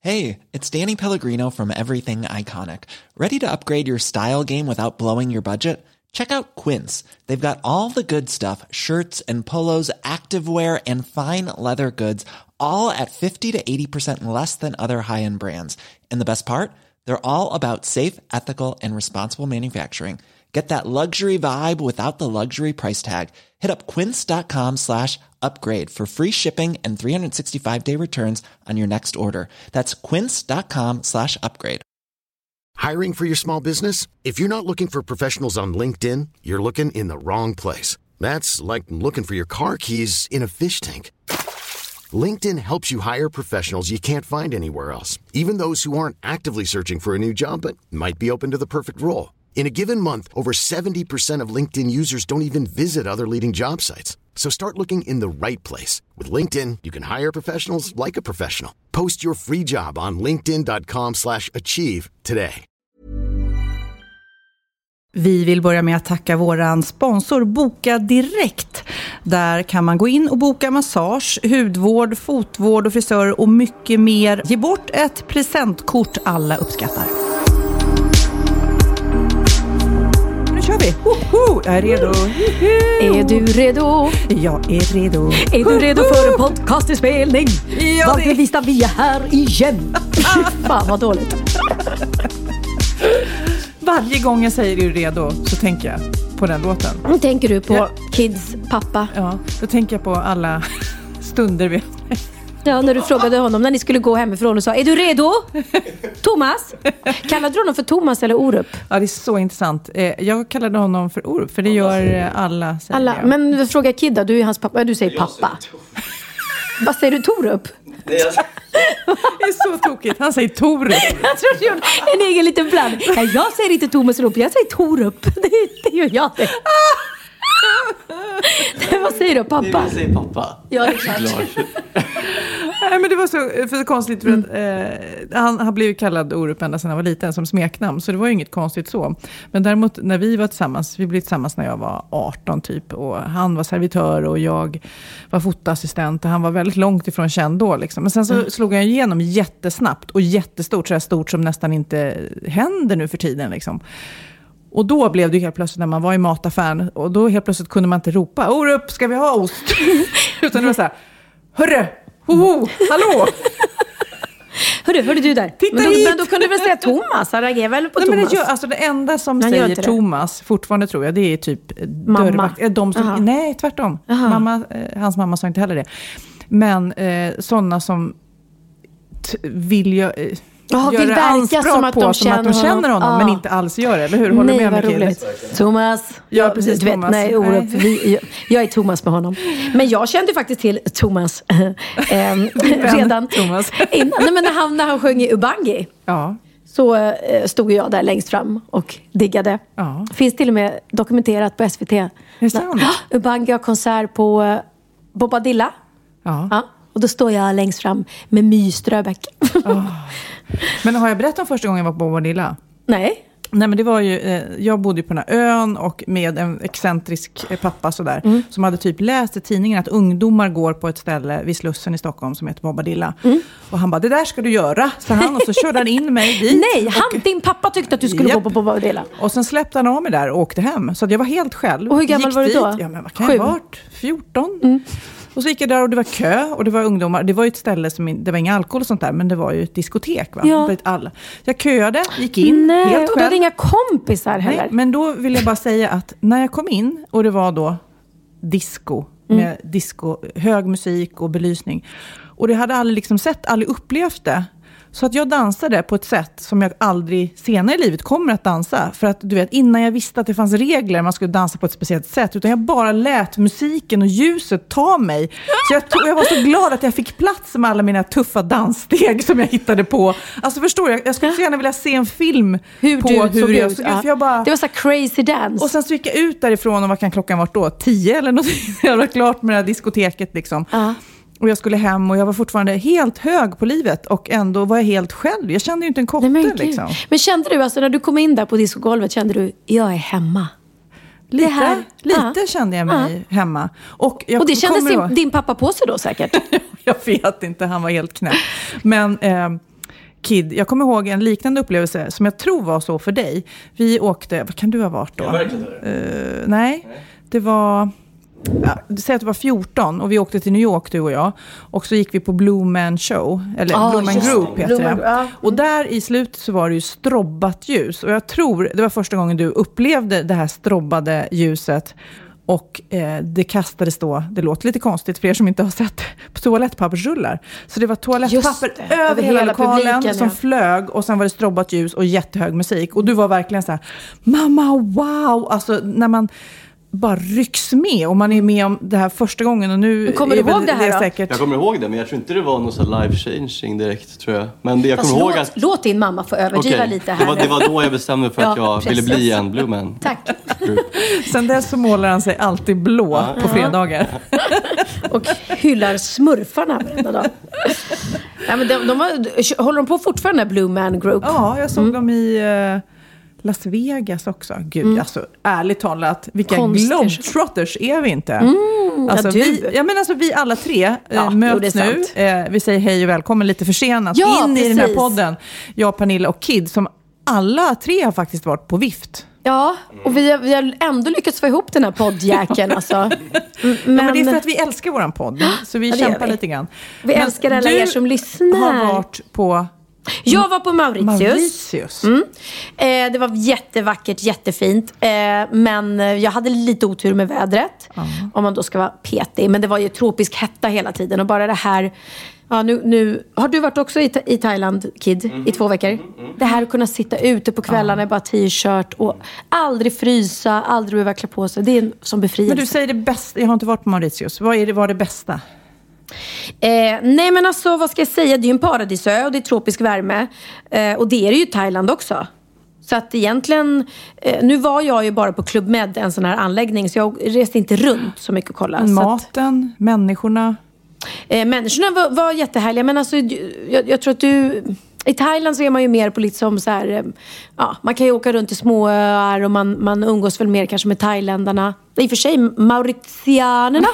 Hey, it's Danny Pellegrino from Everything Iconic. Ready to upgrade your style game without blowing your budget? Check out Quince. They've got all the good stuff, shirts and polos, activewear, and fine leather goods, all at 50 to 80% less than other high-end brands. And the best part? They're all about safe, ethical, and responsible manufacturing. Get that luxury vibe without the luxury price tag. Hit up quince.com/upgrade for free shipping and 365-day returns on your next order. That's quince.com/upgrade. Hiring for your small business? If you're not looking for professionals on LinkedIn, you're looking in the wrong place. That's like looking for your car keys in a fish tank. LinkedIn helps you hire professionals you can't find anywhere else, even those who aren't actively searching for a new job but might be open to the perfect role. In a given month, over 70% of LinkedIn users don't even visit other leading job sites. So start looking in the right place. With LinkedIn, you can hire professionals like a professional. Post your free job on linkedin.com/achieve today. Vi vill börja med att tacka våran sponsor Boka Direkt. Där kan man gå in och boka massage, hudvård, fotvård och frisör och mycket mer. Ge bort ett presentkort alla uppskattar. Kör vi. Jag är redo. Är du redo? Jag är redo. Är du redo för en podcastinspelning? Ja, Varför visar vi är här igen? Fan vad dåligt. Varje gång jag säger är du redo så tänker jag på den låten. Tänker du på Kids pappa? Ja, då tänker jag på alla stunder vi... Ja, när du frågade honom när ni skulle gå hemifrån och sa, är du redo? Thomas? Kallade du honom för Thomas eller Orup? Ja, det är så intressant. Jag kallade honom för Orup, för det gör alla. Alla. Men fråga Kidda, du är hans pappa. Du säger pappa. Vad säger du, Torup? Det är så tokigt. Han säger Torup. Jag tror du gjorde en egen liten bland. Nej, jag säger inte Thomas Orup, jag säger Torup. Det gör jag det. Vad säger du, pappa? Jag säger pappa. Ja, det är klart. Nej, men det var så konstigt för att han blev ju kallad Orup ända sedan han var liten som smeknamn, så det var ju inget konstigt så. Men däremot när vi var tillsammans, vi blev tillsammans när jag var 18 typ, och han var servitör och jag var fotoassistent och han var väldigt långt ifrån känd då liksom. Men sen så slog han igenom jättesnabbt och jättestort, så här stort som nästan inte händer nu för tiden liksom. Och då blev det helt plötsligt när man var i mataffären, och då helt plötsligt kunde man inte ropa Orup, ska vi ha ost? Utan det var så här, hörru, hallå! Hörru du där. Men då kunde du väl säga Thomas, han reagerar väl på Thomas? Men alltså det enda som säger Thomas, fortfarande tror jag, det är typ dörrvakt. De som, nej, tvärtom. Hans mamma sa inte heller det. Men sådana som vill göra anspråk på som att de känner honom, men inte alls gör det, eller hur? Håller du med mig, Kid? Thomas. Ja, precis, du vet, Thomas. Nej, Orup, jag är Thomas med honom. Men jag kände faktiskt till Thomas redan Thomas. Innan. Nej, men när han sjöng i Ubangi. Ja. Så stod jag där längst fram och diggade. Ja. Finns till och med dokumenterat på SVT. Ubangi har konsert på Bobadilla. Ja. Och då står jag längst fram med My Ströbeck. Men har jag berättat om första gången jag var på Bobadilla? Nej, men det var ju, jag bodde ju på den här ön och med en excentrisk pappa sådär, som hade typ läst i tidningen att ungdomar går på ett ställe vid Slussen i Stockholm som heter Bobadilla. Och han bara, det där ska du göra, så han, och så körde han in mig dit. Nej, din pappa tyckte att du skulle gå på Bobadilla. Och sen släppte han av mig där och åkte hem, så jag var helt själv. Och hur gammal var du då? Ja, men vad kan jag ha varit? 14? Och så gick jag där och det var kö och det var ungdomar. Det var ju ett ställe som, det var inga alkohol och sånt där, men det var ju ett diskotek, va? Ja. Jag köade, gick in helt själv. Och du hade inga kompisar heller. Nej, men då vill jag bara säga att när jag kom in och det var då disco, med hög musik och belysning. Och det hade aldrig upplevt det. Så att jag dansade på ett sätt som jag aldrig senare i livet kommer att dansa. För att du vet, innan jag visste att det fanns regler man skulle dansa på ett speciellt sätt. Utan jag bara lät musiken och ljuset ta mig. Så jag var så glad att jag fick plats med alla mina tuffa danssteg som jag hittade på. Alltså förstår jag, jag skulle så gärna vilja se en film hur jag såg ut. För jag bara... Det var så crazy dance. Och sen så gick jag ut därifrån och vad kan klockan vara då? 10 eller något. Jag var klart med det här diskoteket liksom. Och jag skulle hem och jag var fortfarande helt hög på livet. Och ändå var jag helt själv. Jag kände ju inte en kotte liksom. Men kände du, alltså när du kom in där på discogolvet, kände du, jag är hemma? Lite kände jag mig hemma. Och det kändes din pappa på sig då säkert? Jag vet inte, han var helt knäpp. Men Kid, jag kommer ihåg en liknande upplevelse som jag tror var så för dig. Vi åkte, vad kan du ha varit då? Nej, det var... Ja, säg att det var 14 och vi åkte till New York, du och jag. Och så gick vi på Blue Man Show, eller Blue Man Group heter det. Och där i slutet så var det ju strobbat ljus. Och jag tror det var första gången du upplevde det här strobbade ljuset. Och det kastades då, det låter lite konstigt för er som inte har sett, på toalettpappersrullar. Så det var toalettpapper över hela lokalen som flög och sen var det strobbat ljus och jättehög musik. Och du var verkligen så här, mamma wow! Alltså när man bara rycks med och man är med om det här första gången och nu kommer är du ihåg det här då? Säkert... Jag kommer ihåg det, men jag tror inte det var något så life changing direkt, tror jag. Men det jag kommer ihåg att... Låt din mamma få överdriva lite här. Det var då jag bestämde för att jag ville bli en Blue Man. Tack. Sen dess så målar han sig alltid blå på fredagar. Och hyllar smurfarna varenda dag. Ja, men håller de på fortfarande, Blue Man Group? Ja, jag såg dem i... Las Vegas också. Gud, alltså ärligt talat, vilka globetrotters är vi inte? Alltså, vi alla tre möts nu. Vi säger hej och välkommen lite försenat in i den här podden. Jag, Pernilla och Kid, som alla tre har faktiskt varit på vift. Ja, och vi har ändå lyckats få ihop den här poddjäkeln. Alltså. Men det är för att vi älskar våran podd. Så vi kämpar lite grann. Vi älskar alla er som lyssnar. Du har varit på... Jag var på Mauritius. Det var jättevackert, jättefint. Men jag hade lite otur med vädret. Om man då ska vara petig. Men det var ju tropisk hetta hela tiden. Och bara det här... Ja, nu har du varit också i Thailand, Kid, i 2 veckor? Det här att kunna sitta ute på kvällarna i bara t-shirt och aldrig frysa, aldrig behöva klä på sig. Det är en som befrielse. Men du säger det bästa. Jag har inte varit på Mauritius. Vad var det bästa? Nej, men alltså, vad ska jag säga? Det är ju en paradisö och det är tropisk värme. Och det är det ju i Thailand också. Så att egentligen, nu var jag ju bara på Club Med, en sån här anläggning. Så jag reste inte runt så mycket och kolla. Maten, människorna? Människorna var jättehärliga. Men alltså, jag tror att i Thailand så är man ju mer på lite som så här... Ja, man kan ju åka runt i småöar och man umgås väl mer kanske med thailändarna. I och för sig, mauritianerna.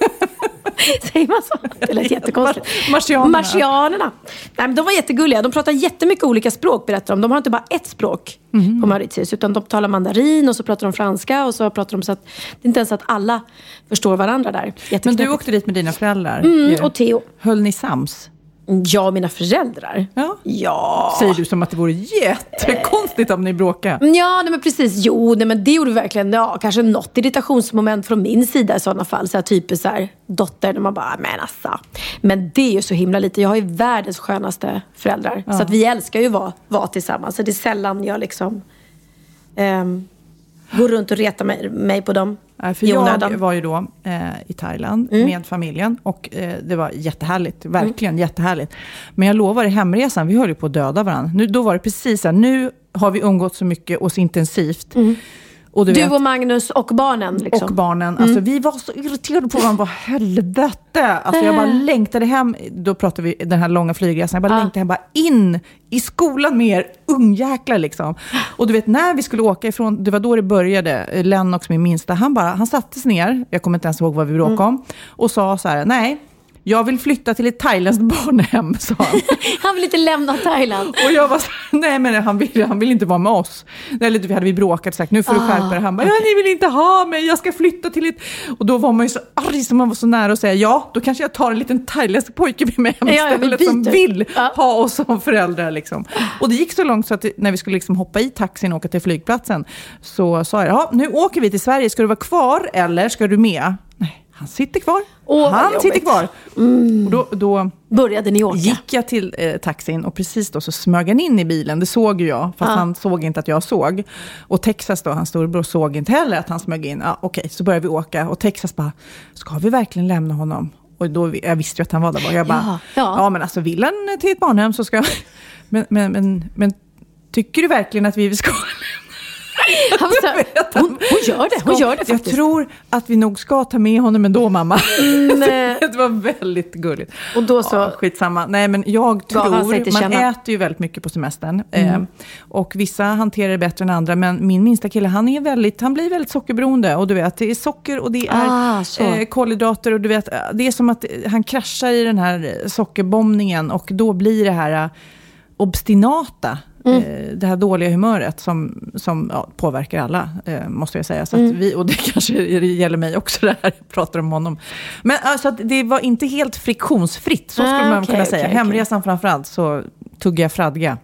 Säger man så? Det lät jättekonstigt. Marsianerna. Nej, men de var jättegulliga. De pratar jättemycket olika språk, berättar de. De har inte bara ett språk på Mauritius. Utan de talar mandarin och så pratar de franska. Och så pratar de så att det är inte ens att alla förstår varandra där. Men du åkte dit med dina föräldrar. Och Theo. Höll ni sams? Ja, mina föräldrar. Ja. Säger du som att det vore jättekonstigt om ni bråkar? Ja, nej, men precis. Jo, nej, men det gjorde verkligen, kanske något irritationsmoment från min sida i sådana fall. Så här, typ så här, dotter, när man bara, men alltså. Men det är ju så himla lite. Jag har ju världens skönaste föräldrar. Så att vi älskar ju vara tillsammans. Så det är sällan jag liksom går runt och retar mig på dem. För jag var ju då i Thailand med familjen och det var jättehärligt, verkligen jättehärligt. Men jag lovar, i hemresan, vi höll ju på att döda varandra. Då var det precis så här, nu har vi umgått så mycket och så intensivt. Och du och Magnus och barnen liksom. Och barnen, alltså vi var så irriterade på varandra, helvete. Alltså jag bara längtade hem, då pratade vi den här långa flygresan, jag bara längtade hem, bara in i skolan med er ungjäklar liksom. Och du vet, när vi skulle åka ifrån, det var då det började, Lennox, min minsta, han satte sig ner, jag kommer inte ens ihåg vad vi bråkade om, och sa så här, nej, jag vill flytta till ett thailändskt barnhem, sa han. Han vill inte lämna Thailand. Och jag var så, nej men han vill inte vara med oss. Eller vi hade bråkat och sagt, nu får du skärpa dig. Han bara, ni vill inte ha mig, jag ska flytta till ett... Och då var man ju så arg som man var så nära att säga, ja, då kanske jag tar en liten thailändsk pojke med mig hem istället som vill ha oss som föräldrar liksom. Och det gick så långt så att när vi skulle liksom hoppa i taxin och åka till flygplatsen, så sa jag, ja, nu åker vi till Sverige, ska du vara kvar eller ska du med? Nej. Han sitter kvar. Han sitter kvar. Och då började ni åka. Gick jag till taxin och precis då så smög han in i bilen. Det såg ju jag, fast han såg inte att jag såg. Och Texas då, hans storebror, såg inte heller att han smög in. Okej, så började vi åka. Och Texas bara, ska vi verkligen lämna honom? Och då, jag visste ju att han var där. Och jag bara, ja men alltså vill han till ett barnhem så ska... Men tycker du verkligen att vi ska... Hon gör det faktiskt. Jag tror att vi nog ska ta med honom ändå, mamma. Det var väldigt gulligt. Och då så... skitsamma. Nej, men jag tror... Man äter ju väldigt mycket på semestern. Och vissa hanterar det bättre än andra. Men min minsta kille, han blir väldigt sockerberoende. Och du vet, det är socker och det är kolhydrater. Och du vet, det är som att han kraschar i den här sockerbombningen. Och då blir det här... obstinata. Det här dåliga humöret som påverkar alla, måste jag säga. Så att och det kanske gäller mig också, det här jag pratar om honom. Men alltså, det var inte helt friktionsfritt, så skulle man kunna säga. Hemresan framförallt, så tugga jag fradga.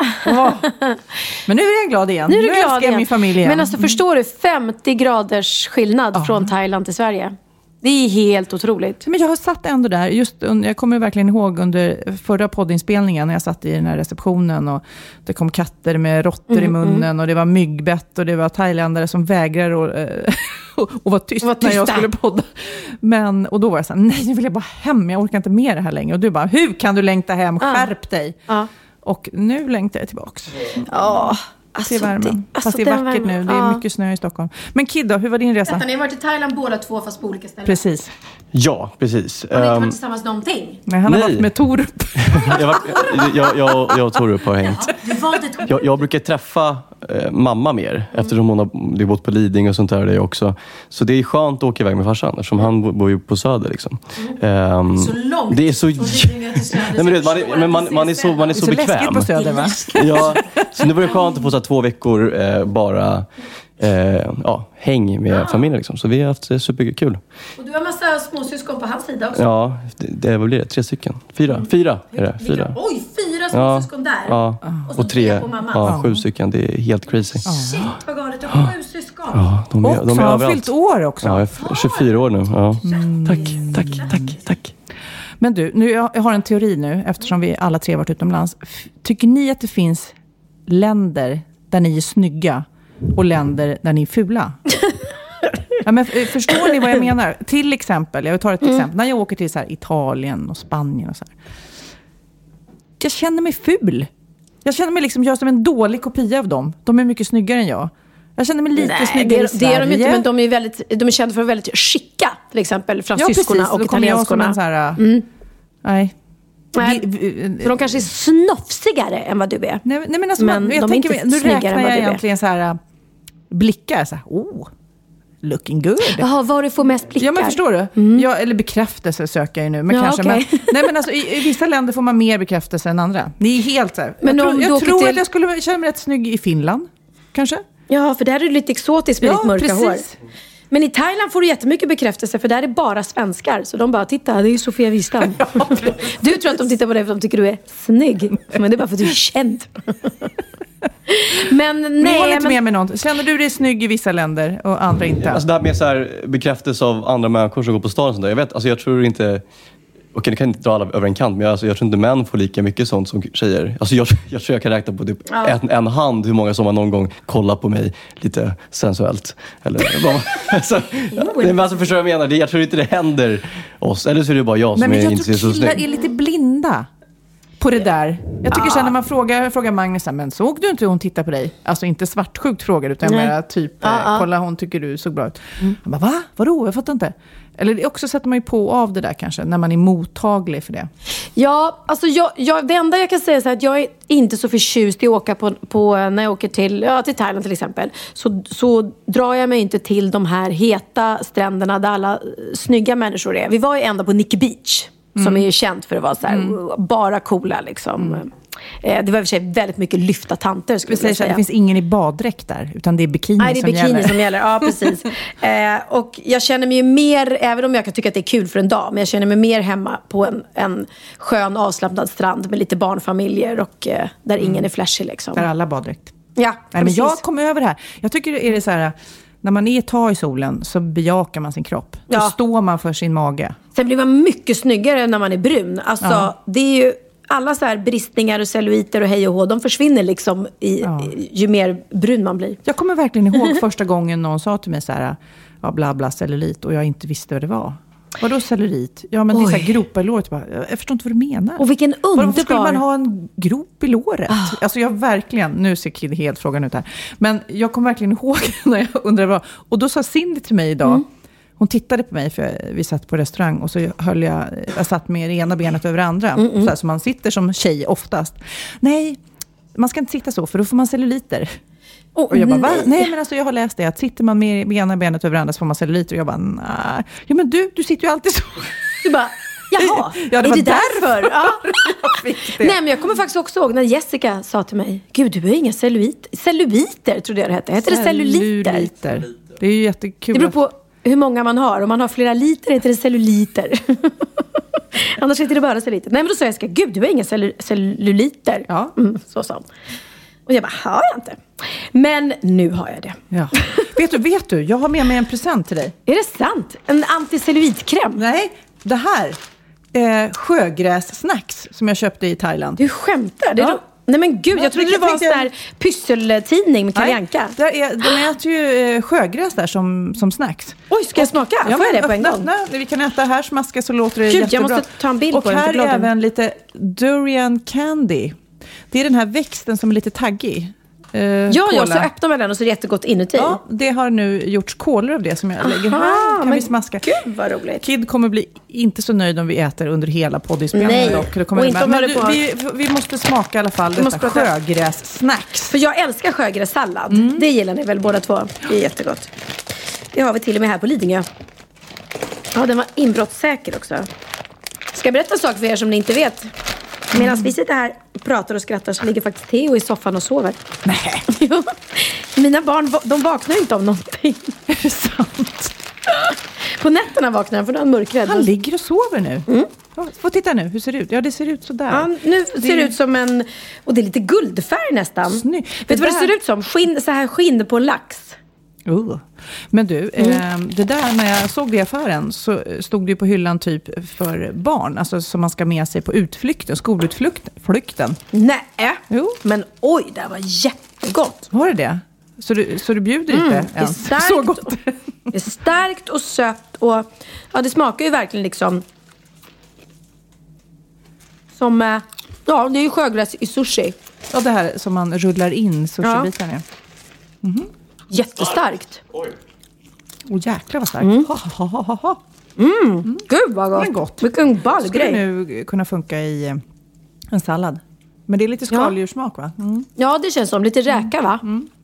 Men nu är jag glad igen. Nu älskar jag min familj igen. Men alltså, förstår du, 50 graders skillnad från Thailand till Sverige. Det är helt otroligt. Men jag har satt ändå där, jag kommer verkligen ihåg under förra poddinspelningen när jag satt i den här receptionen och det kom katter med råttor i munnen och det var myggbett och det var thailändare som vägrar och var tyst när jag skulle podda. Och då var jag så här, nej, nu vill jag bara hem, jag orkar inte med det här längre. Och du bara, hur kan du längta hem? Skärp dig. Och nu längtar jag tillbaks. Alltså, det är värmen. Fast det är vackert nu. Det är mycket snö i Stockholm. Men Kid då, hur var din resa? Ni har varit i Thailand båda två, fast på olika ställen. Precis. Ja, precis. Har ni inte varit tillsammans någonting? Nej, han har varit med Torup. jag och Torup har hängt. Du valde Torup. Jag brukar träffa mamma mer, eftersom hon har bott på Lidingö och sånt där det också. Så det är skönt att åka iväg med farsan, eftersom han bor ju på Söder liksom. Så långt. Det är så... Nej, men man är så bekväm. Det är så läskigt på Söder, va? Ja, så det var ju skönt att få så 2 veckor bara häng med familjen liksom. Så vi har haft superkul. Och du har massa småsyskon på hans sida också. Ja, vad blir det? 3 stycken? 4 är det. 4. Oj, 4 småsyskon där. Ja, och 3. Ja, 7 stycken. Det är helt crazy. Shit, vad galet. Du har 7 syskon. Ja, de är har överallt. Fyllt år också. Ja, jag är 24 år nu. Ja. Tack. Men du, jag har en teori nu, eftersom vi alla 3 varit utomlands. Tycker ni att det finns länder där ni är snygga och länder där ni är fula? Ja, men förstår ni vad jag menar? Till exempel, jag tar ett exempel. När jag åker till så här Italien och Spanien och så här. Jag känner mig ful. Jag känner mig liksom, jag är som en dålig kopia av dem. De är mycket snyggare än jag. Jag känner mig lite snyggare i Sverige. Det är de inte, men de är kända för att vara väldigt skicka. Till exempel fransyskorna och italienskorna. Nej. Så de kanske är snofsigare än vad du är. Nej, men alltså, men jag de tänker, är inte nu snyggare räknar än vad jag du är. egentligen så här blickar så här, looking good. Jaha, var du får mest blickar? Ja, men förstår du? Eller bekräftelse söker jag nu, men kanske. Okay. Men alltså, i vissa länder får man mer bekräftelse än andra. Ni är helt så här. Men jag tror att jag skulle känna mig rätt snygg i Finland, kanske. Ja, för där är du lite exotisk med ditt mörka hår. Men i Thailand får du jättemycket bekräftelse, för där är bara svenskar. Så de bara, titta, det är Sofia Wistam. Du tror att de tittar på dig för att de tycker du är snygg. Men det är bara för att du är känd. Men jag håller inte med någon. Känner du dig snygg i vissa länder och andra inte? Alltså det här med så här bekräftelse av andra människor som går på stan och sånt där. Jag tror inte... Okej, det kan inte dra alla över en kant, men jag tror inte män får lika mycket sånt som tjejer. Alltså jag tror jag kan räkna på typ en hand hur många som har någon gång kollat på mig lite sensuellt. Eller alltså, förstår jag menar? Jag tror inte det händer oss. Eller så är det bara jag som är inte så snygg. Men jag tror killar är lite blinda på det där. Jag tycker sen när man frågar Magnus, men såg du inte hur hon tittar på dig? Alltså inte svartsjukt frågar, utan mer typ, kolla hon tycker du såg bra ut. Han bara, va? Vadå? Jag fattar inte. Eller det också sätter man ju på av det där kanske, när man är mottaglig för det. Ja, alltså det enda jag kan säga är så här, att jag är inte så förtjust i att åka på när jag åker till Thailand till exempel. Så drar jag mig inte till de här heta stränderna där alla snygga människor är. Vi var ju ändå på Nikki Beach. Som är ju känt för att vara så här, bara coola liksom. Det var i och för sig väldigt mycket lyfta tanter, skulle jag säga. Det finns ingen i baddräkt där, utan det är bikini som gäller. Nej, det är bikini som gäller, ja precis. Och jag känner mig ju mer, även om jag kan tycka att det är kul för en dag, men jag känner mig mer hemma på en skön avslappnad strand med lite barnfamiljer och där ingen är flashig liksom. Där alla baddräkt. Ja, nej, men jag kommer över det här. Jag tycker det är så här, när man är ett tag i solen så bejakar man sin kropp. Så står man för sin mage. Sen blir man mycket snyggare när man är brun. Alltså, det är ju alla så här bristningar och celluliter och hej och hå, de försvinner liksom ju mer brun man blir. Jag kommer verkligen ihåg första gången någon sa till mig så här, bla bla cellulit, och jag inte visste vad det var. Vadå cellulit? Ja, men det är så här gropar i låret. Jag förstår inte vad du menar. Och vilken underbar... Varför skulle man ha en grop i låret? Alltså jag verkligen, nu ser Kid helt frågan ut här. Men jag kommer verkligen ihåg när jag undrade vad. Och då sa Cindy till mig idag, hon tittade på mig för vi satt på restaurang och så jag satt med det ena benet över det andra. Så här, som man sitter som tjej oftast. Nej, man ska inte sitta så för då får man celluliter. Och jag bara, va? Nej, men alltså jag har läst det att sitter man med ena benet över andra så får man celluliter. Och jag bara, nej. Ja, men du sitter ju alltid så. Du bara, Jaha, Ja, det är var det därför? Ja. Jag fick det. Nej, men jag kommer faktiskt också ihåg när Jessica sa till mig, gud, du har inga celluliter, trodde jag det hette. Heter det celluliter? Det är ju jättekul. Det beror på hur många man har. Om man har flera liter heter det celluliter. Annars heter det bara celluliter. Nej, men då sa Jessica, gud, du har inga celluliter. Ja. Så sa hon. Och jag bara, har jag inte? Men nu har jag det. Ja. Vet du, jag har med mig en present till dig. Är det sant? En anticellulitkräm? Nej, det här sjögräs-snacks som jag köpte i Thailand. Du skämtar? Det är Ja. då... Nej men gud, jag trodde det var en sån där pysseltidning med Kalle Anka. De äter ju sjögräs där som snacks. Oj, ska jag smaka? Får jag det på en gång? Vi kan äta här, smaska så låter det Gud, jättebra. jag måste ta en bild och på den här för är bloggen. även lite durian candy. Det är den här växten som är lite taggig. Ja, kola. så öppnar man den och så är det jättegott inuti. Ja, det har nu gjorts kolor av det som jag lägger här. Kan vi smaska. Gud vad roligt. Kid kommer bli inte så nöjd om vi äter under hela poddinspelningen. Nej, dock. Det kommer och inte om men på. vi måste smaka i alla fall detta sjögräs-snacks. För jag älskar sjögrässallad. Det gillar ni väl båda två? Det är jättegott. Det har vi till och med här på Lidingö. Ja, den var inbrottssäker också. Ska jag berätta en sak för er som ni inte vet? Medan vi sitter här och pratar och skrattar så ligger faktiskt Theo i soffan och sover. Nej. Jo. Mina barn, de vaknar inte av någonting. Är det sant? På nätterna vaknar han för då är han mörkrädd. Han ligger och sover nu. Få titta nu, hur ser det ut? Ja, det ser ut sådär. Ja, nu ser det ut som en... Och det är lite guldfärg nästan. Snyggt. Vet du vad det ser ut som? Skinn på en lax. Men du, det där när jag såg det i affären så stod det ju på hyllan typ för barn. Alltså som man ska med sig på utflykten, skolutflykten. Nej, Jo. men oj, det var jättegott. Var det det? Så du bjuder inte ens? Det är starkt, Så gott. Det är starkt och sött och ja, det smakar ju verkligen liksom som, ja, det är ju sjögräs i sushi. Ja, det här som man rullar in sushibitarna. Ja. Jättestarkt. Jäklar vad starkt. Gud vad gott. Men gott. Vilken ball Skulle grej. nu kunna funka i en sallad. Men det är lite skaldjurssmak va? Ja, det känns som lite räka va?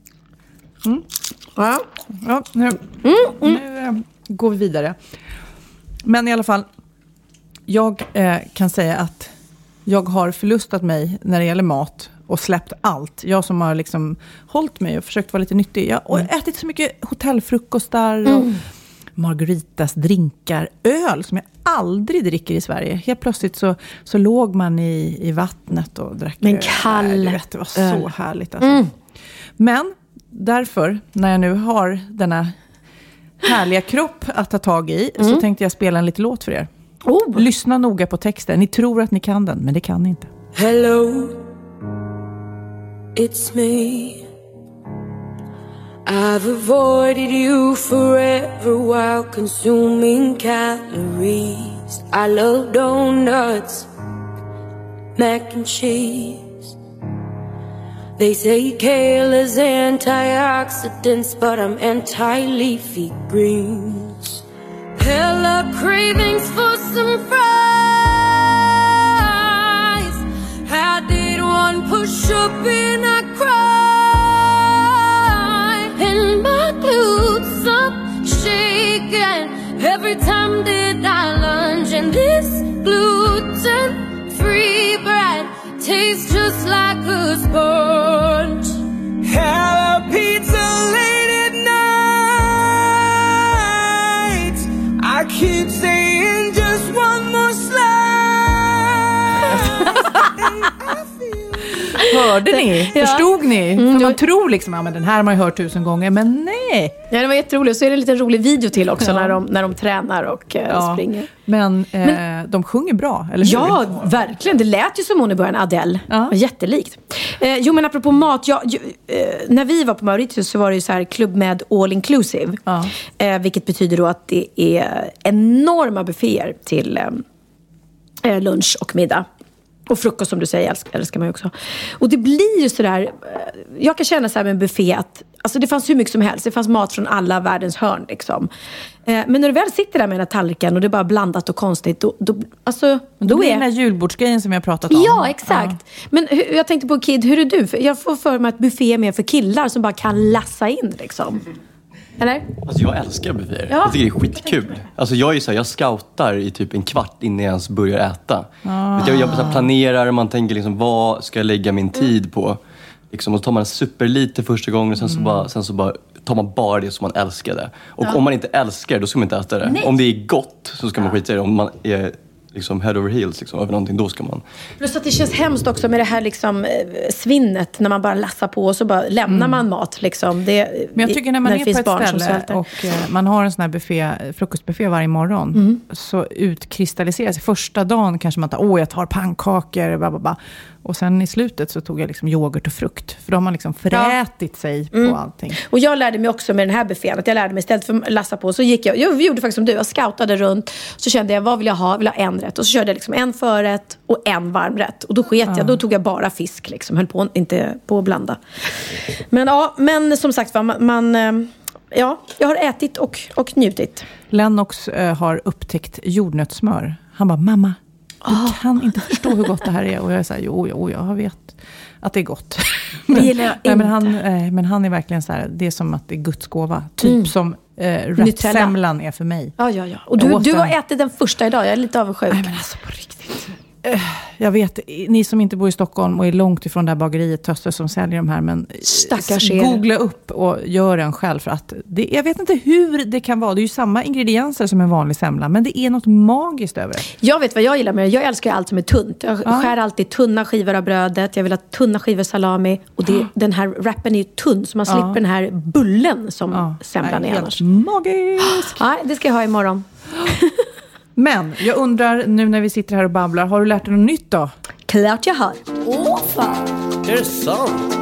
Ja. Ja, nu går vi vidare. Men i alla fall, jag kan säga att jag har förlustat mig när det gäller mat och släppt allt. Jag som har liksom hållit mig och försökt vara lite nyttig. Jag har ätit så mycket hotellfrukostar och margaritas, drinkar, öl som jag aldrig dricker i Sverige. Helt plötsligt så låg man i vattnet och drack Men öl. kall Nej, du vet, det var så härligt alltså. Men därför, när jag nu har denna härliga kropp att ta tag i, så tänkte jag spela en liten låt för er. Lyssna noga på texten. Ni tror att ni kan den, men det kan ni inte. Hello, it's me. I've avoided you forever while consuming calories. I love donuts, mac and cheese. They say kale is antioxidants, but I'm anti-leafy greens. Hella cravings for some fries. I did one push-up and I cried, and my glutes up shaking every time that I lunge. And this gluten-free bread tastes just like a sponge. Hello, pizza late at night. I keep saying just one more slice. Hörde ni? Förstod ni? För man tror liksom, ja men den här har man ju hört 1000 gånger, men nej. Ja, det var jätteroligt. Så är det en liten rolig video till också när de tränar och springer. Men de sjunger bra, eller hur? Ja, verkligen. Det lät ju som hon i början, Adele. Ja. Jättelikt. Jo, men apropå mat. När vi var på Mauritius så var det ju så här klubb med all inclusive. Ja. Vilket betyder då att det är enorma bufféer till lunch och middag. Och frukost som du säger älskar man ju också. Och det blir ju sådär, jag kan känna så här med en buffé att alltså det fanns hur mycket som helst. Det fanns mat från alla världens hörn liksom. Men när du väl sitter där med den här tallriken och det är bara blandat och konstigt, då Då är den här julbordsgrejen som jag har pratat om. Ja, exakt. Ja. Men jag tänkte på Kid, hur är du? Jag får för mig att buffé är mer för killar som bara kan lassa in liksom. Eller? Alltså jag älskar bufféer. Ja. Jag tycker det är skitkul. Alltså jag är så här, jag scoutar i typ en kvart innan jag ens börjar äta. Jag så här planerar, man tänker liksom, vad ska jag lägga min tid på? Liksom, och så tar man superlite första gången och sen så bara tar man bara det som man älskade. Och om man inte älskar det, då ska man inte äta det. Nej. Om det är gott så ska man skita i det. Om man är liksom head over heels liksom, över någonting, då ska man... Plus att det känns hemskt också med det här liksom, svinnet när man bara lassar på och så bara lämnar man mat. Liksom. Men jag tycker när man är på ett ställe och man har en sån här buffé, frukostbuffé varje morgon, så utkristalliseras. Första dagen kanske man tar, jag tar pannkakor, bababa. Och sen i slutet så tog jag liksom yoghurt och frukt. För då har man liksom förätit sig på allting. Och jag lärde mig också med den här buffén att jag lärde mig istället för att lassa på. Så gick jag gjorde faktiskt som du, jag scoutade runt. Så kände jag, vad vill jag ha? Jag vill ha en rätt. Och så körde jag liksom en förrätt och en varmrätt. Och då sket jag, då tog jag bara fisk liksom. Höll på, inte på att blanda. Men som sagt, jag har ätit och njutit. Lennox har upptäckt jordnötssmör. Han bara, mamma, du kan inte förstå hur gott det här är. Och jag säger, jo, jag vet att det är gott. Men han är verkligen så här, det är som att det är Guds gåva. Typ som rättsemlan är för mig. Ja. Och du har ätit den första idag, jag är lite avundsjuk. Nej, men alltså på riktigt. Jag vet, ni som inte bor i Stockholm och är långt ifrån det här bageriet Töster som säljer de här, men googla upp och gör den själv, för att jag vet inte hur det kan vara. Det är ju samma ingredienser som en vanlig semla, men det är något magiskt över det. Jag vet vad jag gillar med det. Jag älskar allt som är tunt. Jag skär alltid tunna skivor av brödet. Jag vill ha tunna skivor salami. Och den här wrappen är ju tunn, så man slipper den här bullen som semlan är annars. Magisk! Ja, det ska jag ha imorgon. Men jag undrar, nu när vi sitter här och babblar, har du lärt dig något nytt då? Klart jag har. Fan! Är det sant?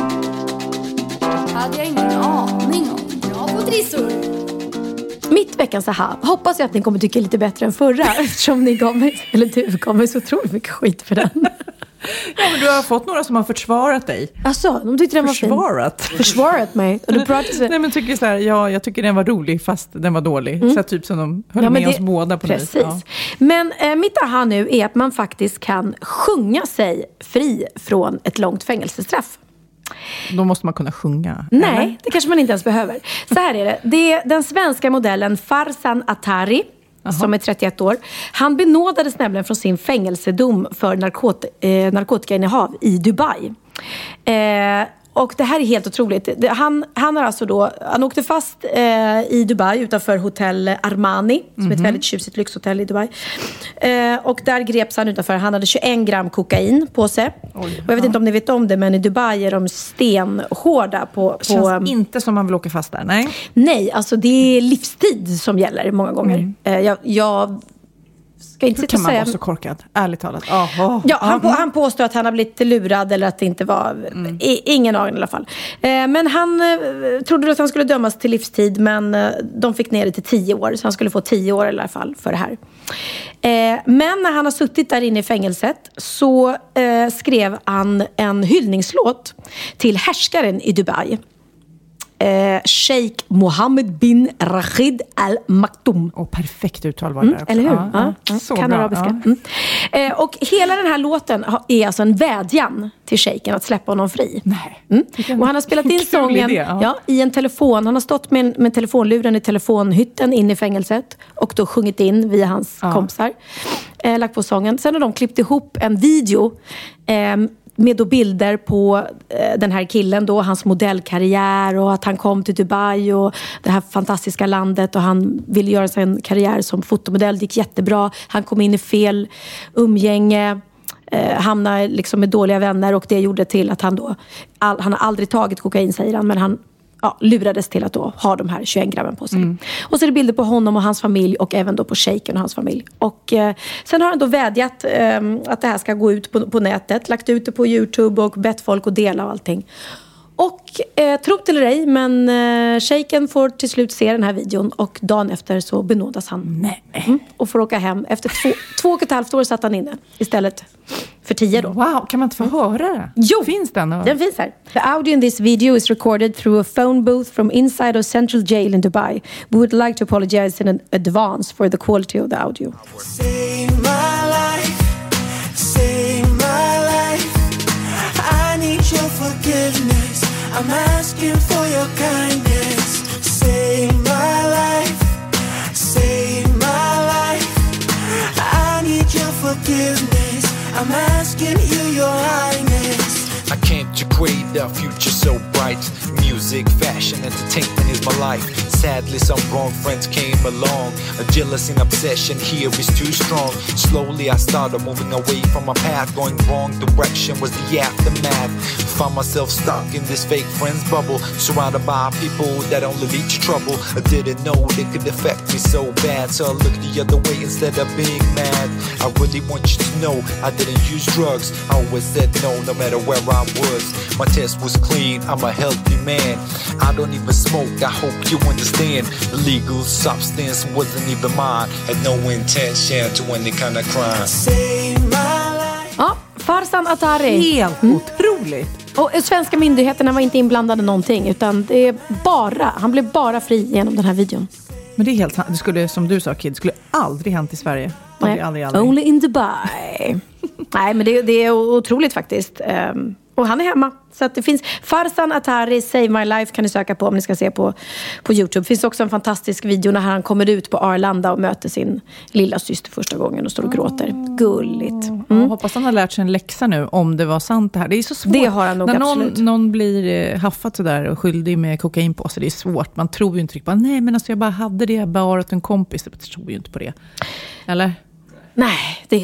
Hade jag ingen aning om. Bra på trissor. Mitt veckans aha. Hoppas jag att ni kommer tycka lite bättre än förra. Eftersom ni gav mig, eller du gav mig så otroligt mycket skit för den. Ja, men du har fått några som har försvarat dig. Alltså, de tyckte den var fin. Försvarat mig. Och Nej, men tycker så här, jag tycker den var rolig fast den var dålig. Så här, typ som de höll med oss båda på. Precis. Ja. Men mitt aha nu är att man faktiskt kan sjunga sig fri från ett långt fängelsestraff. Då måste man kunna sjunga. Nej, eller? Det kanske man inte ens behöver. Så här är det. Det är den svenska modellen Farzan Atari. Som är 31 år. Han benådades nämligen från sin fängelsedom för narkotikainnehav i Dubai. Och det här är helt otroligt. Han har alltså då, han åkte fast i Dubai utanför hotell Armani, som är ett väldigt tjusigt lyxhotell i Dubai. Och där greps han utanför. Han hade 21 gram kokain på sig. Och jag vet inte om ni vet om det, men i Dubai är de stenhårda på... Känns inte som man vill åka fast där, nej, alltså det är livstid som gäller många gånger. Jag ska inte kan man vara så korkad, ärligt talat. Han påstår att han har blivit lurad eller att det inte var ingen aning i alla fall. Men han trodde att han skulle dömas till livstid, men de fick ner det till 10 år, så han skulle få 10 år i alla fall för det här. Men när han har suttit där inne i fängelset så skrev han en hyllningslåt till härskaren i Dubai. Sheikh Mohammed bin Rashid Al Maktoum. Perfekt uttal var det där också. Eller hur? Så kan bra. arabiska. Och hela den här låten är alltså en vädjan till shejken att släppa honom fri. Nej. Och han har spelat in sången i en telefon. Han har stått med telefonluren i telefonhytten in i fängelset och då sjungit in via hans kompisar. Lagt på sången. Sen har de klippt ihop en video med då bilder på den här killen då, hans modellkarriär och att han kom till Dubai och det här fantastiska landet och han ville göra sig en karriär som fotomodell. Det gick jättebra. Han kom in i fel umgänge, hamnade liksom med dåliga vänner och det gjorde till att han då, han har aldrig tagit kokain säger han, men han lurades till att då ha de här 21 grammen på sig. Och så är det bilder på honom och hans familj och även då på shejken och hans familj. Och sen har han då vädjat att det här ska gå ut på nätet, lagt ut det på YouTube och bett folk att dela och allting. Och tro till eller ej, men shejken får till slut se den här videon och dagen efter så benådas han. Och får åka hem. Efter 2,5 år satt han inne istället för 10 då. Wow, kan man inte få höra det? Jo, finns den? Den finns här. The audio in this video is recorded through a phone booth from inside of Central Jail in Dubai. We would like to apologize in advance for the quality of the audio. Save my life, save my life. I need your forgiveness. I'm asking for your kindness. Save forgiveness. I'm asking you, your highness. I came to create a future so bright. Music, fashion, entertainment is my life. Sadly, some wrong friends came along. A jealousy and obsession here is too strong. Slowly I started moving away from my path. Going wrong direction was the aftermath. Found myself stuck in this fake friends bubble, surrounded by people that only lead to trouble. I didn't know they could affect me so bad, so I looked the other way instead of being mad. I really want you to know I didn't use drugs. I always said no matter where I was. My test was clean, I'm a healthy man. I don't even smoke, I hope you understand. The legal substance wasn't even mine. Had no intention to any kind of crime. Save my life. Ja, Farzan Atari. Helt otroligt. Och svenska myndigheterna var inte inblandade någonting, utan det är han blev bara fri genom den här videon. Men det är helt sant. Det skulle, som du sa, Kid, skulle aldrig hänt i Sverige. Aldrig. Only in Dubai. Nej, men det är otroligt faktiskt. Och han är hemma. Så att det finns Farzan Atari, Save My Life kan ni söka på om ni ska se på YouTube. Det finns också en fantastisk video när han kommer ut på Arlanda och möter sin lilla syster första gången och står och gråter. Gulligt. Jag hoppas han har lärt sig en läxa nu om det var sant det här. Det är så svårt. Det har han nog absolut. När någon blir haffat sådär och skyldig med kokain på sig, det är svårt. Man tror ju inte riktigt på, nej men alltså jag bara hade det, jag bara åt en kompis. Jag tror ju inte på det. Eller? Nej, det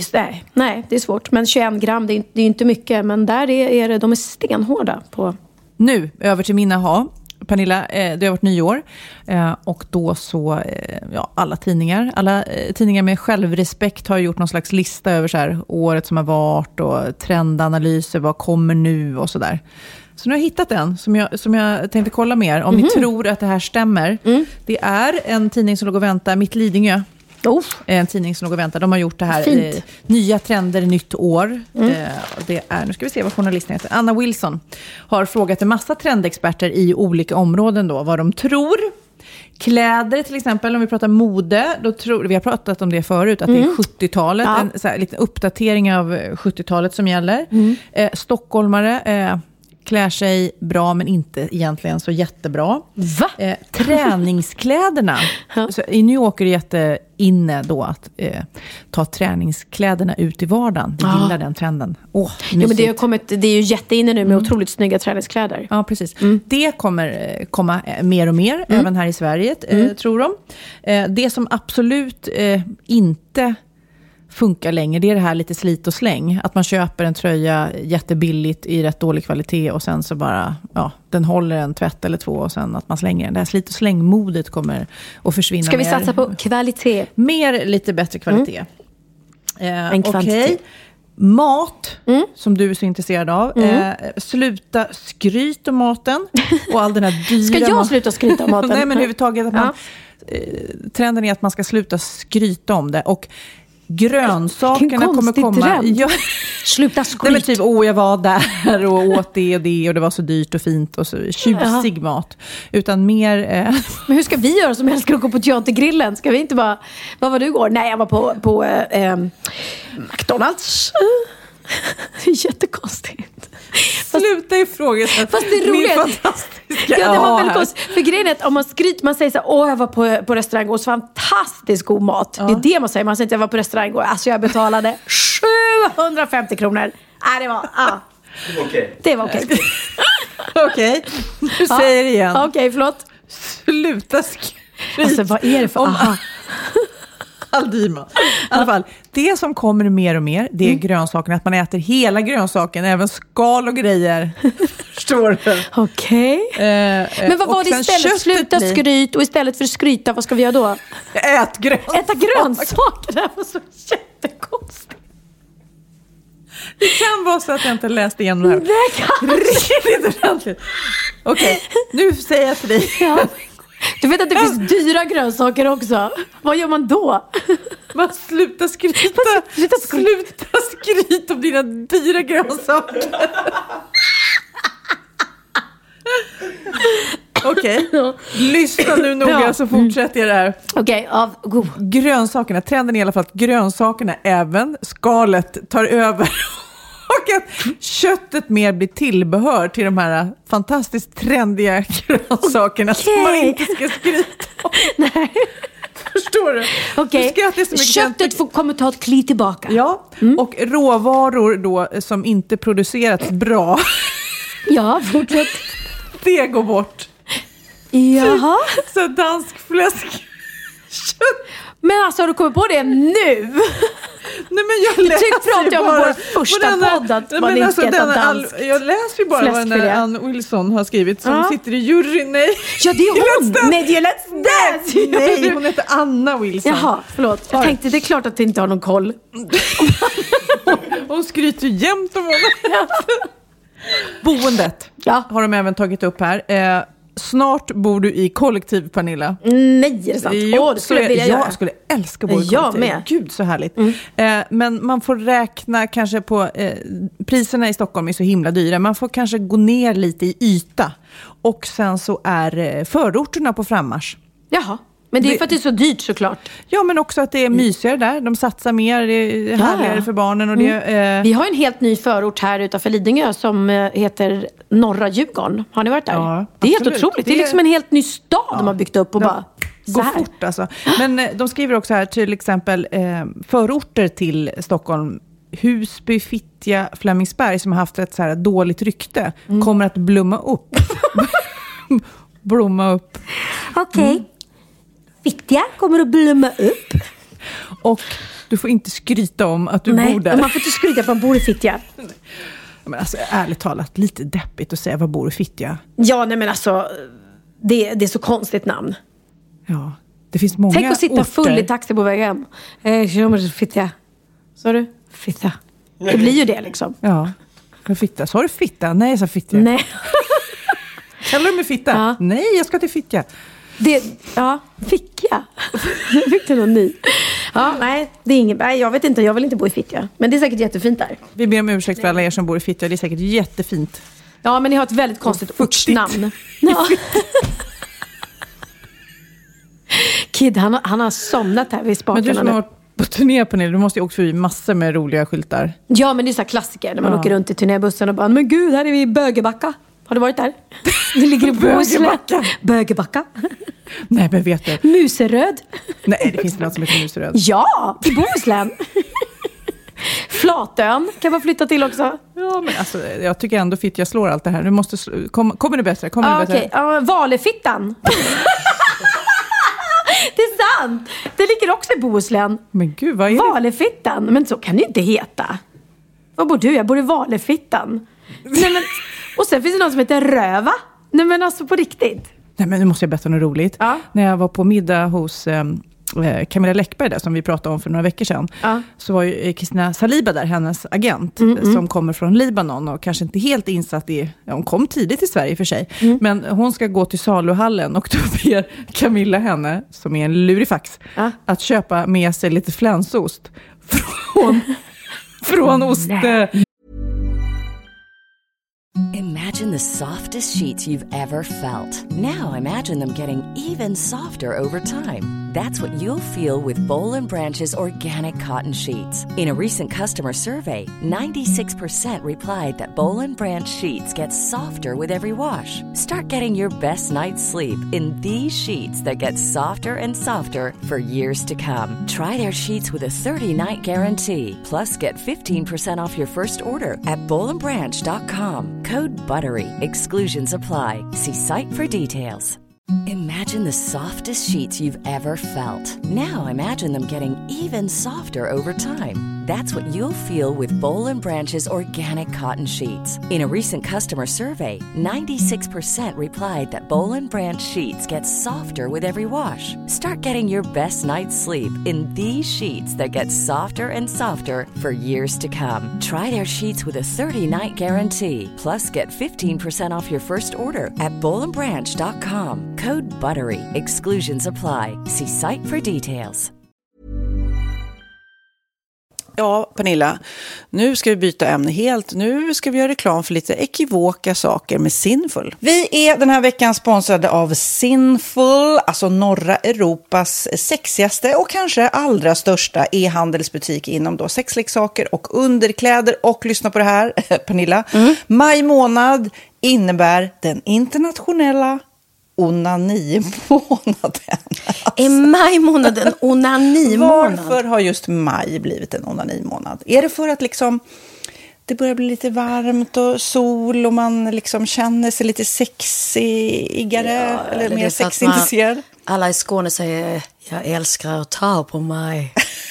är svårt. Men 21 gram, det är inte mycket. Men där är det, de är stenhårda på. Nu, över till min aha. Pernilla, det har varit nyår. Och då så, alla tidningar med självrespekt har gjort någon slags lista över så här, året som har varit och trendanalyser, vad kommer nu och sådär. Så nu har jag hittat en som jag tänkte kolla mer. Om ni tror att det här stämmer. Det är en tidning som låg och väntar, Mitt Lidingö. En tidning som låg och väntar. De har gjort det här nya trender, nytt år. Det är, nu ska vi se vad journalisten heter. Anna Wilson har frågat en massa trendexperter i olika områden då, vad de tror. Kläder till exempel, om vi pratar mode, vi har pratat om det förut, att det är 70-talet, en så här, liten uppdatering av 70-talet som gäller. Stockholmare klär sig bra men inte egentligen så jättebra. Va? Träningskläderna. Så i New York är det jätteinne då att ta träningskläderna ut i vardagen. Vi gillar den trenden. Men det är ju jätteinne nu med otroligt snygga träningskläder. Ja, precis. Det kommer komma mer och mer, även här i Sverige, tror de. Det som absolut inte funkar längre, det är det här lite slit och släng. Att man köper en tröja jättebilligt i rätt dålig kvalitet och sen så bara, den håller en tvätt eller två och sen att man slänger den. Det här slit och slängmodet kommer att försvinna. Ska vi satsa på kvalitet? Mer, lite bättre kvalitet. En kvantitet. Okej. Mat, som du är så intresserad av. Sluta skryta om maten och all den här dyra. Ska jag sluta skryta om maten? Nej, men överhuvudtaget att man, trenden är att man ska sluta skryta om det. Och grönsakerna kommer komma. Sluta skryt. Nej, men typ, jag var där och åt det och det var så dyrt och fint och så tjusig mat. Utan mer... Men hur ska vi göra som älskar att gå på teatergrillen? Ska vi inte bara... Vad var du igår? Nej, jag var på McDonald's. Det är jättekonstigt. Sluta ifrågasätta. Fast det är roligt. Det var väldigt konstigt. För grejen är att om man skryter, man säger så här, jag var på restaurang och så fantastiskt god mat. Det är det man säger. Man säger inte jag var på restaurang och jag betalade 750 kronor. Nej, det var okej. Det var okej. Okej, du säger det igen. Okej, förlåt. Sluta skryta. Alltså, vad är det för... Aldima. I alla fall, det som kommer mer och mer, det är grönsakerna. Att man äter hela grönsaken, även skal och grejer. Förstår du? Okej. Men vad var det istället? Sluta skryt och istället för skryta, vad ska vi göra då? Äta grönsaker. Det var så jättekonstigt. Det kan vara så att jag inte läste igenom det här. Det kan riktigt ordentligt. Okej, nu säger jag till dig. Ja. Du vet att det finns dyra grönsaker också. Vad gör man då? Man sluta skryta. Sluta skryta om dina dyra grönsaker. Okej, lyssna nu noga så fortsätter jag det här. Okej, grönsakerna, trenden är i alla fall att grönsakerna, även skalet, tar över. Och att köttet mer blir tillbehör till de här fantastiskt trendiga grönsakerna som man inte ska skryta om. Nej. Förstår du? Okej, köttet kommer ta ett kliv tillbaka. Ja, och råvaror då som inte producerats bra. Ja, fortsätt. Det går bort. Jaha. Så dansk fläsk. Men alltså, har du kommit på det nu? Nej, men jag läser ju bara... vår första podd att man inte ska äta dansk. Jag läser ju bara vad den där Ann Wilson har skrivit som sitter i juryn. Nej. Ja, det är hon! Nej, det är Let's Dance! Nej, hon heter Anna Wilson. Jaha, förlåt. Jag tänkte, det är klart att du inte har någon koll. Hon skryter jämt om honom. Boendet har de även tagit upp här. Snart bor du i kollektiv, Pernilla. Nej, är det sant? Det skulle jag vilja göra. Jag skulle älska att bo i kollektiv. Med. Gud, så härligt. Men man får räkna kanske på... priserna i Stockholm är så himla dyra. Man får kanske gå ner lite i yta. Och sen så är förorterna på frammarsch. Jaha. Men det är för att det är så dyrt såklart. Ja, men också att det är mysigare där. De satsar mer, det är härligare för barnen. Och det, Vi har en helt ny förort här utanför Lidingö som heter Norra Djurgården. Har ni varit där? Ja, det är absolut. Helt otroligt. Det är liksom en helt ny stad de har byggt upp och bara... Går fort alltså. Men de skriver också här till exempel förorter till Stockholm. Husby, Fittja, Flemingsberg som har haft ett så här dåligt rykte kommer att blomma upp. Blomma upp. Okej. Fittja kommer att blomma upp. Och du får inte skryta om att du bor där. Nej, man får inte skryta på att man bor i Fittja. Men alltså, ärligt talat, lite deppigt att säga vad bor i Fittja. Ja, nej men alltså, det är så konstigt namn. Ja, det finns många. Tänk att sitta full i taxi på väg hem. Fittja. Sa du? Fittja. Det blir ju det liksom. Ja, Fittja. Sa du Fitta? Nej, jag sa Fittja. Nej. Kallar du mig Fitta? Ja. Nej, jag ska till Fittja. Fick jag? Jag fick det någon ny. Ja, nej, det är inget. Nej, jag vet inte, jag vill inte bo i Fittja. Men det är säkert jättefint där. Vi ber om ursäkt för alla er som bor i Fittja. Det är säkert jättefint. Ja, men ni har ett väldigt konstigt ortsnamn. Ja. Kid, han har somnat här vid spakarna. Men du som har varit på turné på ner, du måste ju åka förbi massor med roliga skyltar. Ja, men det är så här klassiker när man åker runt i turnébussen och bara, men gud, här är vi i Bögebacka. Har du varit där? Det ligger i Bohuslän. Bögebacka. Nej, men vet du. Museröd. Nej, det finns något som heter Museröd. Ja, i Bohuslän. Flatön kan man flytta till också. Ja, men alltså, jag tycker ändå Fittja slår allt det här. Du måste kommer det bättre? Okej. Valefittan. Det är sant. Det ligger också i Bohuslän. Men gud, vad är det? Valefittan. Men så kan det inte heta. Var bor du? Jag bor i Valefittan. Nej, men... Och sen finns det någon som heter Röva. Nej, men alltså på riktigt. Nej, men nu måste jag berätta något roligt. Ja. När jag var på middag hos Camilla Läckberg där, som vi pratade om för några veckor sedan. Ja. Så var ju Kristina Saliba där, hennes agent. Som kommer från Libanon och kanske inte helt insatt i... Ja, hon kom tidigt till Sverige för sig. Men hon ska gå till saluhallen och då ber Camilla henne, som är en lurifax, att köpa med sig lite flänsost från ost... Imagine the softest sheets you've ever felt. Now imagine them getting even softer over time. That's what you'll feel with Boll & Branch's organic cotton sheets. In a recent customer survey, 96% replied that Boll & Branch sheets get softer with every wash. Start getting your best night's sleep in these sheets that get softer and softer for years to come. Try their sheets with a 30-night guarantee. Plus, get 15% off your first order at bollandbranch.com. Code BUTTERY. Exclusions apply. See site for details. Imagine the softest sheets you've ever felt. Now imagine them getting even softer over time. That's what you'll feel with Boll & Branch's organic cotton sheets. In a recent customer survey, 96% replied that Boll & Branch sheets get softer with every wash. Start getting your best night's sleep in these sheets that get softer and softer for years to come. Try their sheets with a 30-night guarantee. Plus, get 15% off your first order at bollandbranch.com. Code BUTTERY. Exclusions apply. See site for details. Ja, Pernilla, nu ska vi byta ämne helt. Nu ska vi göra reklam för lite ekivoka saker med Sinful. Vi är den här veckan sponsrade av Sinful, alltså norra Europas sexigaste och kanske allra största e-handelsbutik inom då sexleksaker och underkläder. Och lyssna på det här, Pernilla. Maj månad innebär den internationella onanimånaden. Är maj månad en onanimånad? Varför har just maj blivit en onanimånad? Är det för att liksom det börjar bli lite varmt och sol och man liksom känner sig lite sexigare eller mer sexintresserad? Alla i Skåne säger jag älskar att ta på mig.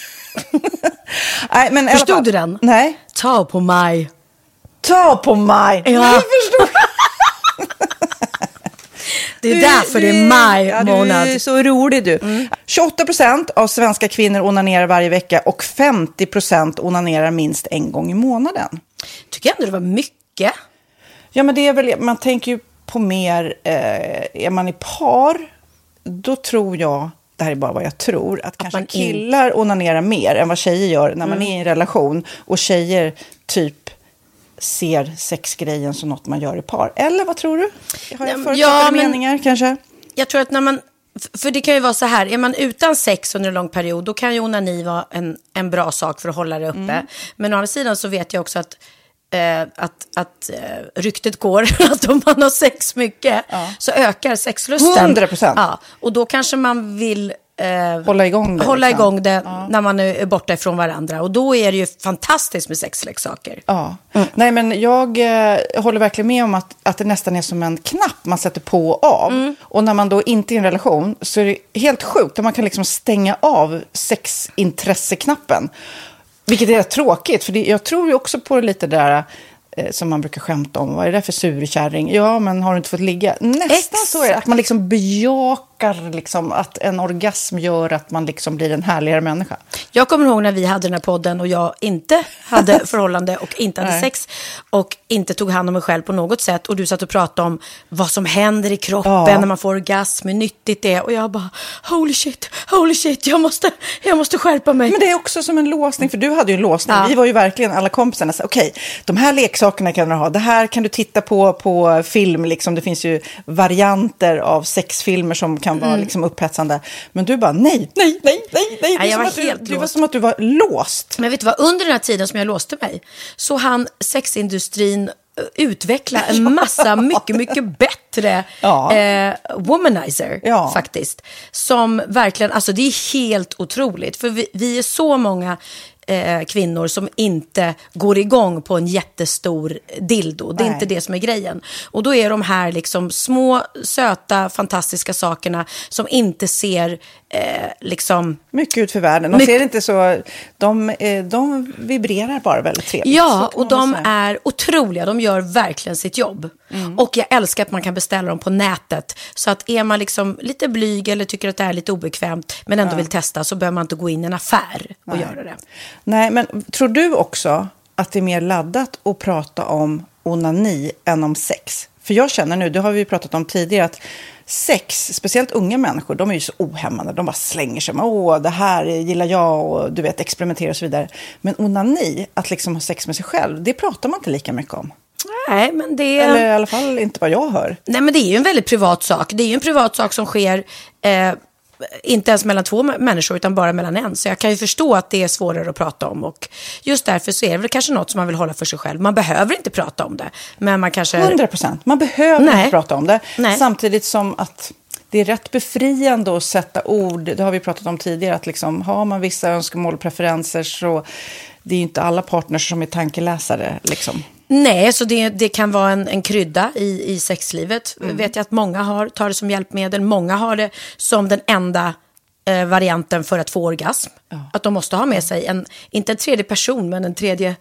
Nej, men förstod du den? Nej. Ta på mig. Ta på mig. Ja. Jag förstår. Det är därför det är maj månad. Du är så rolig du. 28% av svenska kvinnor onanerar varje vecka och 50% onanerar minst en gång i månaden. Tycker jag ändå det var mycket. Ja, men det är väl, man tänker ju på mer, är man i par, då tror jag, det här är bara vad jag tror, att kanske killar onanerar mer än vad tjejer gör när man är i en relation och tjejer typ ser sexgrejen som något man gör i par. Eller vad tror du? Har jag förutsatta meningar kanske? Jag tror att när man, för det kan ju vara så här, är man utan sex under en lång period, då kan ju onani vara en bra sak för att hålla det uppe. Men å andra sidan så vet jag också att ryktet går att om man har sex mycket så ökar sexlusten. 100%. Ja, och då kanske man vill hålla igång det, när man är borta ifrån varandra. Och då är det ju fantastiskt med sexleksaker. Ja. Nej, men jag håller verkligen med om att det nästan är som en knapp man sätter på och av. Och när man då inte är i en relation så är det helt sjukt. Man kan liksom stänga av sexintresseknappen. Vilket är tråkigt, för jag tror ju också på lite där som man brukar skämta om. Vad är det för surkärring? Ja, men har du inte fått ligga? Nästan så är det. Att man liksom bejakar liksom att en orgasm gör att man liksom blir en härligare människa. Jag kommer ihåg när vi hade den här podden och jag inte hade förhållande och inte hade sex och inte tog hand om mig själv på något sätt. Och du satt och pratade om vad som händer i kroppen när man får orgasm, hur nyttigt det är. Och jag bara, holy shit, jag måste skärpa mig. Men det är också som en låsning, för du hade ju en låsning. Vi var ju verkligen alla kompisarna. Okej, de här leksakerna kan du ha. Det här kan du titta på film. Liksom. Det finns ju varianter av sexfilmer som kan vara liksom upphetsande. Men du bara, nej. Jag var Det var som att du var låst. Men vet du vad, under den här tiden som jag låste mig så hann sexindustrin utveckla en massa mycket, mycket bättre womanizer faktiskt. Som verkligen, alltså det är helt otroligt. För vi är så många kvinnor som inte går igång på en jättestor dildo. Det är inte det som är grejen. Och då är de här liksom små, söta, fantastiska sakerna som inte ser liksom mycket ut för världen. De ser inte så, de vibrerar bara väldigt trevligt. Ja, och de är otroliga. De gör verkligen sitt jobb. Och jag älskar att man kan beställa dem på nätet. Så att är man liksom lite blyg eller tycker att det är lite obekvämt men ändå vill testa, så behöver man inte gå in i en affär och göra det. Nej, men tror du också att det är mer laddat att prata om onani än om sex? För jag känner nu, det har vi pratat om tidigare, att sex, speciellt unga människor, de är ju så ohämmade. De bara slänger sig med, det här gillar jag och du vet, experimentera och så vidare. Men onani, att liksom ha sex med sig själv, det pratar man inte lika mycket om. Nej, men det Eller i alla fall inte vad jag hör. Nej, men det är ju en väldigt privat sak. Det är ju en privat sak som sker inte ens mellan två människor utan bara mellan en. Så jag kan ju förstå att det är svårare att prata om. Och just därför så är det väl kanske något som man vill hålla för sig själv. Man behöver inte prata om det. Men man kanske... 100%. Man behöver inte prata om det. Nej. Samtidigt som att det är rätt befriande att sätta ord. Det har vi pratat om tidigare. Att liksom, har man vissa önskemål och preferenser så det är ju inte alla partners som är tankeläsare liksom. Nej, så det kan vara en krydda i sexlivet. Vet jag att många tar det som hjälpmedel. Många har det som den enda varianten för att få orgasm. Ja. Att de måste ha med sig inte en tredje person, men en tredje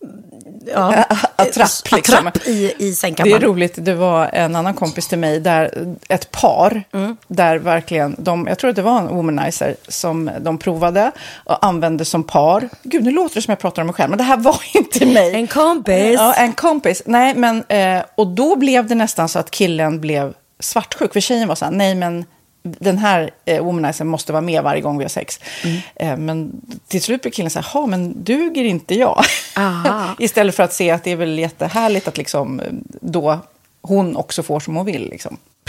attrapp i sängkammaren. Det är roligt, det var en annan kompis till mig där ett par där verkligen jag tror att det var en womanizer som de provade och använde som par. Gud, nu låter det som jag pratar om mig själv, men det här var inte mig. En kompis. Ja, en kompis. Nej, men och då blev det nästan så att killen blev svartsjuk, för tjejen var så här, nej men den här womanizern måste vara med varje gång vi har sex. Men till slut blir killen så här, men duger inte jag? Istället för att se att det är väl jättehärligt att liksom, då hon också får som hon vill. Liksom.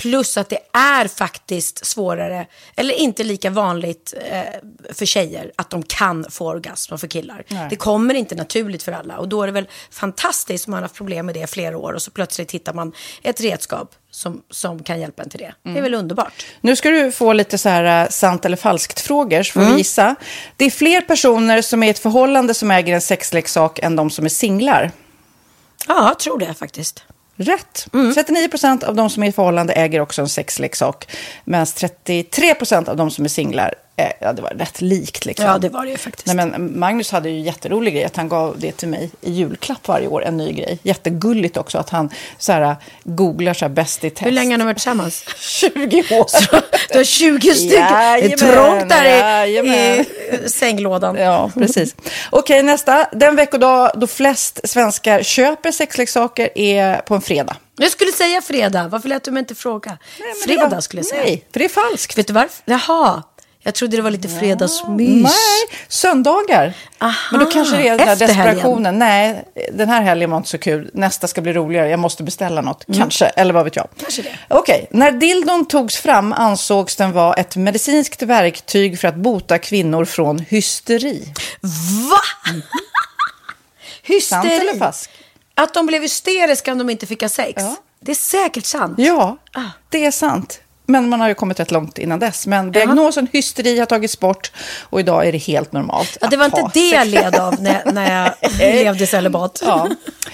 Plus att det är faktiskt svårare, eller inte lika vanligt för tjejer att de kan få orgasm för killar. Nej. Det kommer inte naturligt för alla. Och då är det väl fantastiskt om man har haft problem med det i flera år och så plötsligt hittar man ett redskap som kan hjälpa en till det. Det är väl underbart. Nu ska du få lite så här sant eller falskt frågor, så får vi gissa. Det är fler personer som är i ett förhållande som äger en sexleksak än de som är singlar. Ja, jag tror det faktiskt. Rätt. 39% av de som är i förhållande äger också en sexleksak. Medan 33% av de som är singlar, ja, det var rätt likt liksom. Ja, det var det ju faktiskt. Nej, men Magnus hade ju jätterolig grej att han gav det till mig i julklapp varje år, en ny grej. Jättegulligt också att han så här, googlar så här bäst i test. Hur länge har ni varit tillsammans? 20 år. Så, du har 20 stycken. Det är trångt där i sänglådan. Ja, precis. Okej, nästa. Den veckodag då flest svenskar köper sexleksaker är på en fredag. Jag skulle säga fredag. Varför lät du mig inte fråga? Fredag skulle jag säga. Nej, för det är falskt. Vet du varför? Jaha. Jag trodde det var lite fredagsmys. Nej, söndagar. Aha, men då kanske det är den där desperationen. Helgen. Nej, den här helgen var inte så kul. Nästa ska bli roligare. Jag måste beställa något. Kanske, eller vad vet jag. Kanske det. Okej, när dildon togs fram ansågs den vara ett medicinskt verktyg för att bota kvinnor från hysteri. Va? Hysteri? Sant eller falskt? Att de blev hysteriska om de inte fick ha sex. Ja. Det är säkert sant. Ja, det är sant. Men man har ju kommit rätt långt innan dess. Men diagnosen hysteri har tagits bort och idag är det helt normalt. Ja, det var inte det jag led av när jag levde celibat. Ja.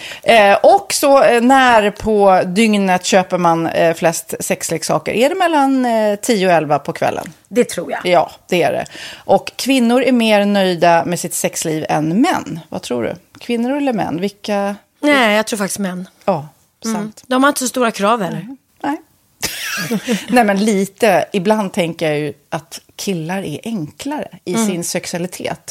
Och så när på dygnet köper man flest sexleksaker? Är det mellan 10 och 11 på kvällen? Det tror jag. Ja, det är det. Och kvinnor är mer nöjda med sitt sexliv än män. Vad tror du? Kvinnor eller män? Vilka? Nej, jag tror faktiskt män. Ja, sant. De har inte så stora krav eller? Nej. Nej, men lite. Ibland tänker jag ju att killar är enklare i sin sexualitet.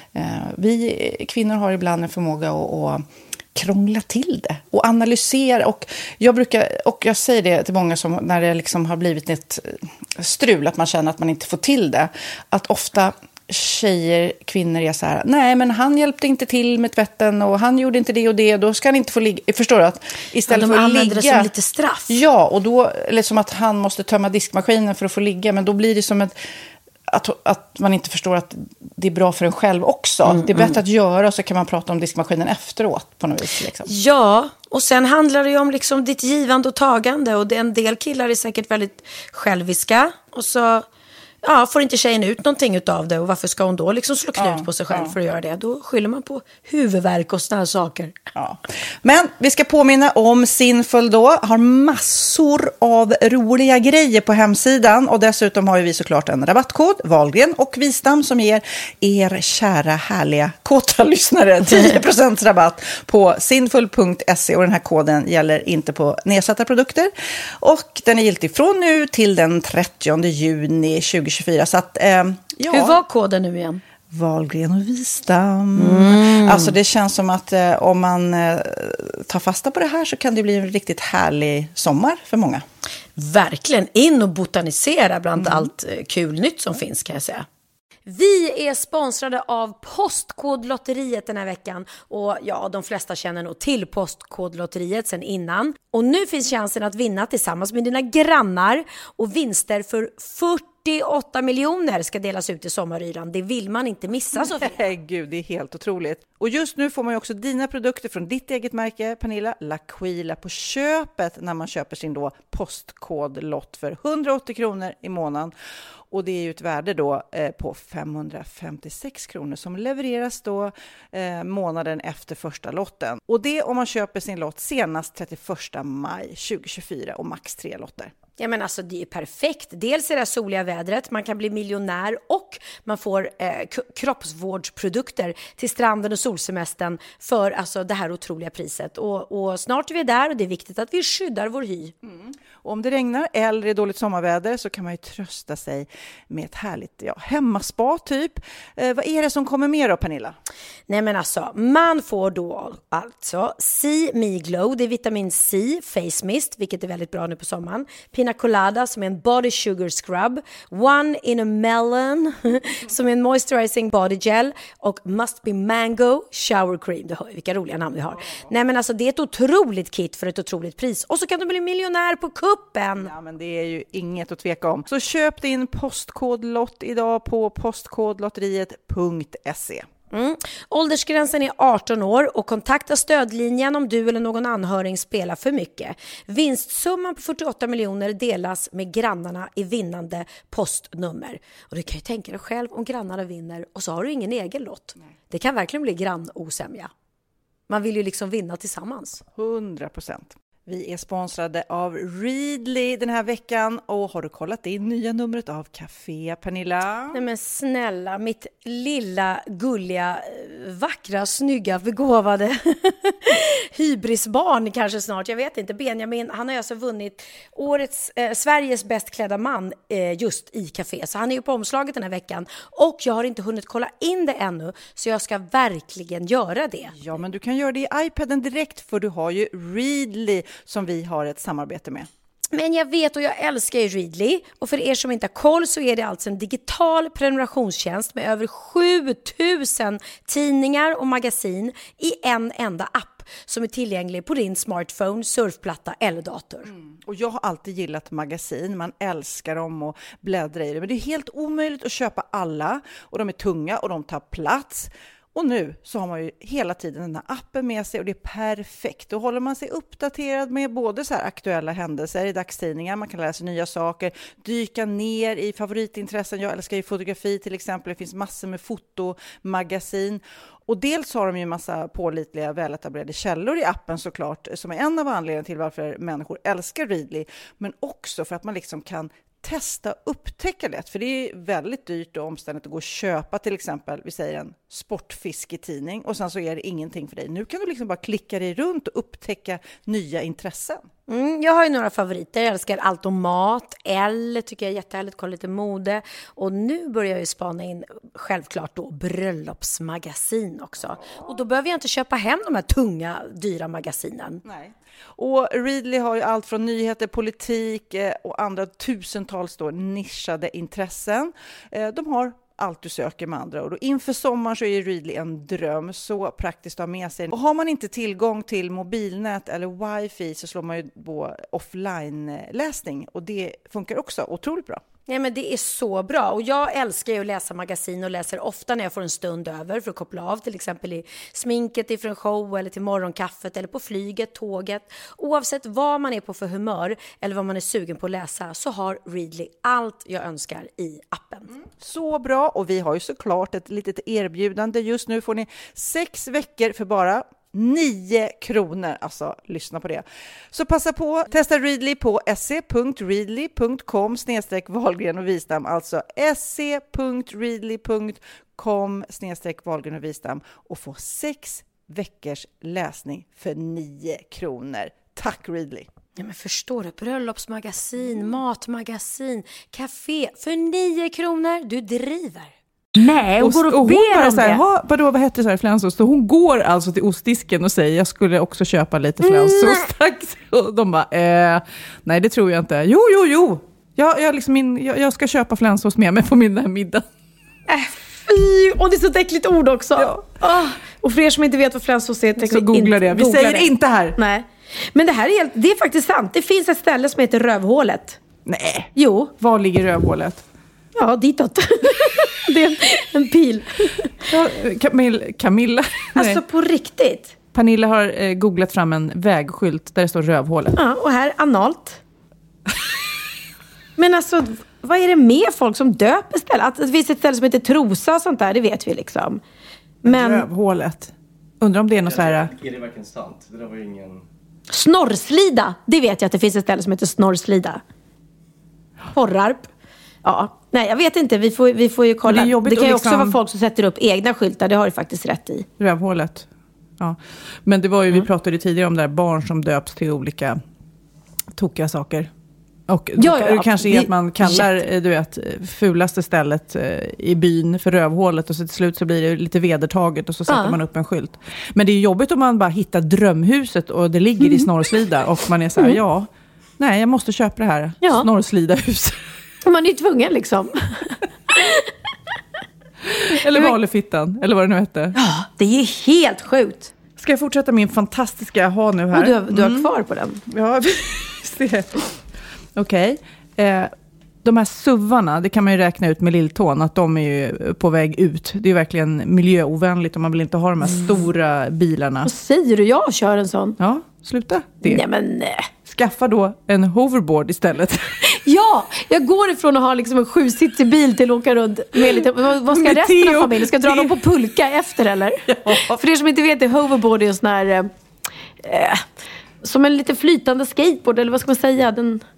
Vi kvinnor har ibland en förmåga att krångla till det och analysera. Och jag säger det till många som när det liksom har blivit ett strul, att man känner att man inte får till det. Att ofta kvinnor är så här, nej men han hjälpte inte till med tvätten och han gjorde inte det och det, då ska han inte få ligga. Förstår du? Att istället för att ligga, använder det som lite straff. Ja, och då eller som att han måste tömma diskmaskinen för att få ligga, men då blir det som att man inte förstår att det är bra för en själv också. Det är bättre att göra, och så kan man prata om diskmaskinen efteråt på något vis. Liksom. Ja, och sen handlar det ju om liksom ditt givande och tagande, och en del killar är säkert väldigt själviska, och så får inte tjejen ut någonting utav det, och varför ska hon då liksom slå knut på sig själv för att göra det? Då skyller man på huvudvärk och såna här saker. Ja. Men vi ska påminna om Sinful då, har massor av roliga grejer på hemsidan, och dessutom har vi såklart en rabattkod, Wahlgren och Wistam, som ger er kära härliga kåta lyssnare 10% rabatt på sinful.se, och den här koden gäller inte på nedsatta produkter, och den är giltig från nu till den 30 juni 2024. Så att, hur var koden nu igen? Wahlgren och Wistam. Alltså det känns som att om man tar fasta på det här så kan det bli en riktigt härlig sommar för många. Verkligen, in och botanisera bland allt kul nytt som finns, kan jag säga. Vi är sponsrade av Postkodlotteriet den här veckan, och de flesta känner nog till Postkodlotteriet sedan innan. Och nu finns chansen att vinna tillsammans med dina grannar, och vinster för 48 miljoner ska delas ut i sommaryran. Det vill man inte missa, Sofia. Nej, gud, det är helt otroligt. Och just nu får man ju också dina produkter från ditt eget märke, Pernilla, L'Aquila, på köpet när man köper sin då postkodlott för 180 kronor i månaden. Och det är ju ett värde då på 556 kronor som levereras då månaden efter första lotten. Och det om man köper sin lott senast 31 maj 2024 och max 3 lotter. Ja, men alltså det är perfekt. Dels är det soliga vädret, man kan bli miljonär, och man får kroppsvårdsprodukter till stranden och solsemestern för alltså det här otroliga priset. Och snart är vi där, och det är viktigt att vi skyddar vår hy. Och om det regnar eller är dåligt sommarväder så kan man ju trösta sig med ett härligt hemmaspa typ. Vad är det som kommer mer då, Pernilla? Nej, men alltså, man får då alltså See Me Glow, det är vitamin C, face mist, vilket är väldigt bra nu på sommaren. Pina Colada som är en body sugar scrub, One in a Melon som är en moisturizing body gel, och Must Be Mango shower cream. Du hör ju vilka roliga namn vi har. Nej, men alltså det är ett otroligt kit för ett otroligt pris, och så kan du bli miljonär på kupp. kuppen. Ja, men det är ju inget att tveka om. Så köp din postkodlott idag på postkodlotteriet.se. Åldersgränsen är 18 år och kontakta stödlinjen om du eller någon anhörig spelar för mycket. Vinstsumman på 48 miljoner delas med grannarna i vinnande postnummer. Och du kan ju tänka dig själv om grannarna vinner och så har du ingen egen lott. Nej. Det kan verkligen bli grannosämja. Man vill ju liksom vinna tillsammans. 100%. Vi är sponsrade av Readly den här veckan. Och har du kollat det nya numret av Café, Pernilla? Nej men snälla, mitt lilla, gulliga, vackra, snygga, begåvade hybrisbarn kanske snart. Jag vet inte. Benjamin, han har alltså vunnit årets Sveriges bäst klädda man just i Café. Så han är ju på omslaget den här veckan. Och jag har inte hunnit kolla in det ännu. Så jag ska verkligen göra det. Ja, men du kan göra det i iPaden direkt, för du har ju Readly som vi har ett samarbete med. Men jag vet och jag älskar ju Readly. Och för er som inte har koll så är det alltså en digital prenumerationstjänst med över 7000 tidningar och magasin i en enda app som är tillgänglig på din smartphone, surfplatta eller dator. Och jag har alltid gillat magasin. Man älskar dem och bläddra i det. Men det är helt omöjligt att köpa alla. Och de är tunga och de tar plats. Och nu så har man ju hela tiden den här appen med sig och det är perfekt. Då håller man sig uppdaterad med både så här aktuella händelser i dagstidningar. Man kan läsa nya saker, dyka ner i favoritintressen. Jag älskar ju fotografi till exempel. Det finns massor med fotomagasin. Och dels har de ju en massa pålitliga, väletablerade källor i appen såklart. Som är en av anledningarna till varför människor älskar Readly. Men också för att man liksom kan testa upptäcka lätt, för det är väldigt dyrt och omständigt att gå och köpa till exempel, vi säger en sportfisketidning och sen så är det ingenting för dig. Nu kan du liksom bara klicka dig runt och upptäcka nya intressen. Jag har ju några favoriter. Jag älskar allt om mat. Elle tycker jag är jättehärligt. Kolla lite mode. Och nu börjar jag ju spana in självklart då bröllopsmagasin också. Och då behöver jag inte köpa hem de här tunga, dyra magasinen. Nej. Och Readly har ju allt från nyheter, politik och andra tusentals då nischade intressen. De har allt du söker med andra ord. Och inför sommar så är Readly en dröm, så praktiskt att ha med sig. Och har man inte tillgång till mobilnät eller wifi så slår man ju på offline-läsning. Och det funkar också otroligt bra. Ja, men det är så bra. Och jag älskar ju att läsa magasin och läser ofta när jag får en stund över för att koppla av. Till exempel i sminket inför en show eller till morgonkaffet eller på flyget, tåget. Oavsett vad man är på för humör eller vad man är sugen på att läsa så har Readly allt jag önskar i appen. Så bra, och vi har ju såklart ett litet erbjudande. Just nu får ni 6 veckor för bara 9 kronor, alltså lyssna på det. Så passa på, testa Readly på se.readly.com/Wahlgren och Wistam, alltså se.readly.com/Wahlgren och Wistam och få 6 veckors läsning för 9 kronor. Tack Readly! Ja, men förstår du, bröllopsmagasin, matmagasin, café för 9 kronor, du driver. Nej, hon går och ber om det. Vad hette det så här, flansost? Så hon går alltså till ostdisken och säger jag skulle också köpa lite flansost. Tack. Och de bara, nej det tror jag inte. Jo. Jag ska köpa flansost med mig på min här middag. Fy, och det är så ett äckligt ord också. Ja. Och för er som inte vet vad flansost är, så googla det. Vi säger det inte här. Nej. Men det här det är faktiskt sant. Det finns ett ställe som heter Rövhålet. Nej. Jo. Var ligger Rövhålet? Ja, ditåt. Det är en pil. Ja, Camilla. Alltså på riktigt. Pernilla har googlat fram en vägskylt där det står Rövhålet. Ja, och här analt. Men alltså, vad är det med folk som döper ställe? Att det finns ett ställe som heter Trosa och sånt där, det vet vi liksom. Men Rövhålet. Undrar om det är något så här. Är det verkligen sant? Det där var ju ingen... Snorrslida. Det vet jag att det finns ett ställe som heter Snorrslida. Porrarp. Ja, nej jag vet inte, vi får ju kolla. Det kan ju också vara folk som sätter upp egna skyltar, det har du faktiskt rätt i. Rövhålet. Ja. Men det var ju, vi pratade tidigare om det där barn som döps till olika tokiga saker. Och det kanske är att man kallar du vet, fulaste stället i byn för Rövhålet och så till slut så blir det lite vedertaget och så sätter man upp en skylt. Men det är jobbigt om man bara hittar drömhuset och det ligger i Snorrslida och man är så här, nej jag måste köpa det här Snorrslida-hus. Man är ju tvungen liksom. Eller Valefittan, eller vad det nu heter. Ja, det är helt sjukt. Ska jag fortsätta min fantastiska ha nu här? Och du har kvar på den. Ja, se. Okej. De här suvarna, det kan man ju räkna ut med lilltån, att de är ju på väg ut. Det är verkligen miljöovänligt och man vill inte ha de här stora bilarna. Vad säger du? Jag kör en sån. Ja, sluta det. Nej, men nej. Skaffa då en hoverboard istället. Ja, jag går ifrån att ha liksom en 7-sitsig bil till att åka runt med lite... Vad ska med resten Theo, av familjen? Ska dra dem på pulka efter, eller? Ja. För er som inte vet, det hoverboard är en sån här... som en lite flytande skateboard, eller vad ska man säga?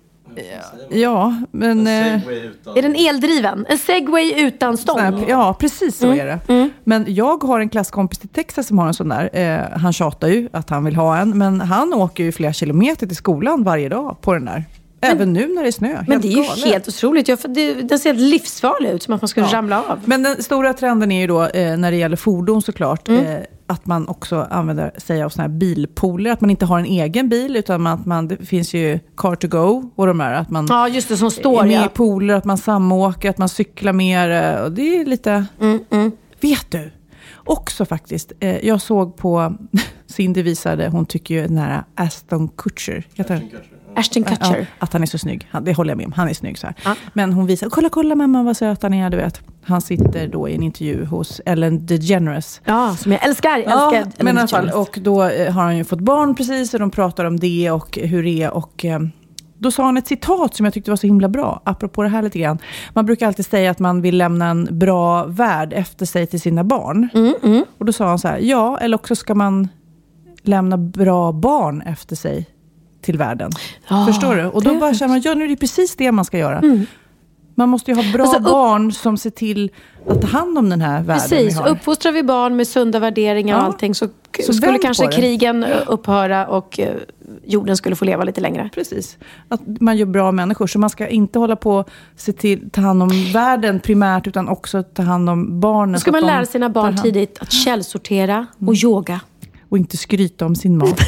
Ja, men... Är den eldriven? En segway utan stång? Ja, precis så är det. Men jag har en klasskompis i Texas som har en sån där. Han tjatar ju att han vill ha en. Men han åker ju flera kilometer till skolan varje dag på den där. Även nu när det är snö. Men det är ju helt otroligt. Den ser livsfarlig ut, som att man skulle ramla av. Men den stora trenden är ju då, när det gäller fordon såklart, att man också använder sig av såna här bilpooler. Att man inte har en egen bil, utan att det finns ju car to go och de här. Att man just det, som står, är med i pooler, att man samåker, att man cyklar mer. Och det är lite... Vet du? Också faktiskt, jag såg på Cindy visade, hon tycker ju den här Ashton Kutcher. Ashton Kutcher. Ja, att han är så snygg. Det håller jag med om. Han är snygg så här. Ja. Men hon visar, kolla mamma vad söt han är, du vet. Han sitter då i en intervju hos Ellen DeGeneres. Ja, som jag älskar. Ja, men i alla fall. Och då har han ju fått barn precis, och de pratar om det och hur det är. Och då sa han ett citat som jag tyckte var så himla bra. Apropå det här lite grann. Man brukar alltid säga att man vill lämna en bra värld efter sig till sina barn. Och då sa han så här, ja, eller också ska man lämna bra barn efter sig till världen. Förstår du? Och då bara känner man, ja, nu är det precis det man ska göra. Man måste ju ha bra barn som ser till att ta hand om den här världen. Precis, uppfostrar vi barn med sunda värderingar och allting, så skulle kanske krigen upphöra och jorden skulle få leva lite längre. Precis, att man gör bra människor. Så man ska inte hålla på att ta hand om världen primärt, utan också ta hand om barnen. Då ska man lära sina barn tidigt att källsortera och yoga. Och inte skryta om sin mat.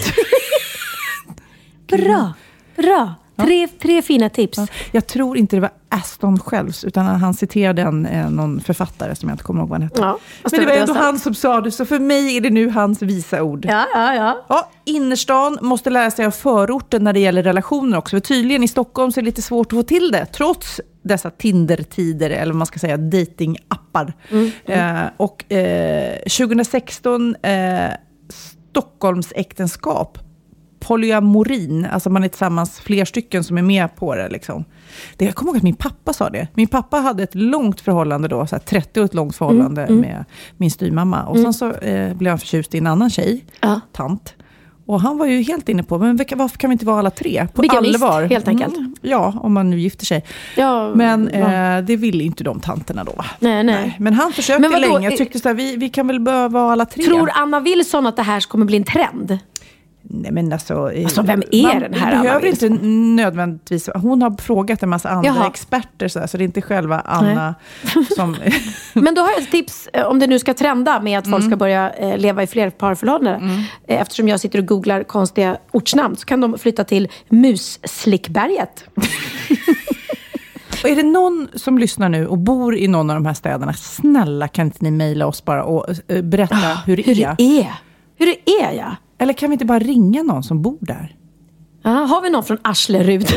Bra. Tre fina tips. Ja, jag tror inte det var Aston själv, utan han citerade någon författare som jag inte kommer ihåg vad han hette. Ja, men det var ändå han som sa det, så för mig är det nu hans visa ord. Ja, innerstan måste lära sig av förorten när det gäller relationer också. För tydligen i Stockholm så är det lite svårt att få till det, trots dessa Tinder-tider, eller vad man ska säga, dating-appar. Och 2016 Stockholms äktenskap, polyamorin, alltså man är tillsammans fler stycken som är med på det liksom. Jag kommer ihåg att min pappa sa det. Min pappa hade ett långt förhållande då, så här 30 år ett långt förhållande med min styrmamma. Och sen så blev han förtjust i en annan tjej, tant. Och han var ju helt inne på, men varför kan vi inte vara alla tre? På allvar. Helt enkelt. Ja, om man nu gifter sig. Ja, men det ville inte de tanterna då. Nej. Men han försökte länge. Jag tyckte så här, vi kan väl vara alla tre. Tror Anna Wilson att det här kommer bli en trend? Nej, men alltså vem är den här Anna? Behöver inte nödvändigtvis. Hon har frågat en massa andra experter så det är inte själva Anna som... Men då har jag ett tips om det nu ska trenda med att folk ska börja leva i flerparförhållanden. Eftersom jag sitter och googlar konstiga ortsnamn, så kan de flytta till Musslickberget. Och är det någon som lyssnar nu och bor i någon av de här städerna, snälla kan inte ni mejla oss bara och berätta hur det är. Hur det är, ja. Eller kan vi inte bara ringa någon som bor där? Har vi någon från Arslerud?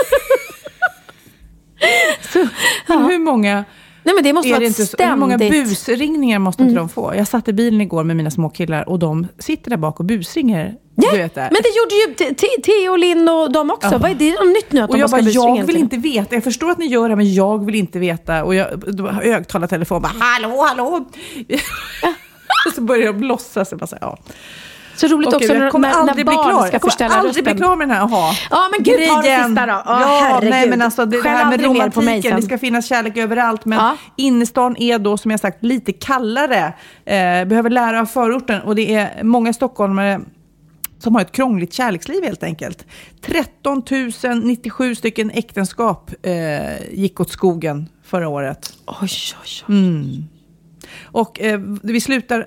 Men hur många... Nej, men det måste vara ständigt. Hur många busringningar måste inte de få? Jag satt i bilen igår med mina små killar och de sitter där bak och busringer. Ja, du vet det. Men det gjorde ju Theo och Linn och de också. Vad är det något nytt nu att och de ska busringa? Jag vill inte veta. Jag förstår att ni gör det, men jag vill inte veta. Och jag högtalartelefon bara, hallå. Och så börjar de låtsas. Så roligt också när barn ska förställa rösten. Jag kommer aldrig bli klar med den här Ja, men gud, ta det sista då. Herregud. Nej, men alltså det här med romantiken, det ska finnas kärlek överallt. Men innerstan är då, som jag sagt, lite kallare. Behöver lära av förorten. Och det är många stockholmare som har ett krångligt kärleksliv helt enkelt. 13 097 stycken äktenskap gick åt skogen förra året. Oj. Och vi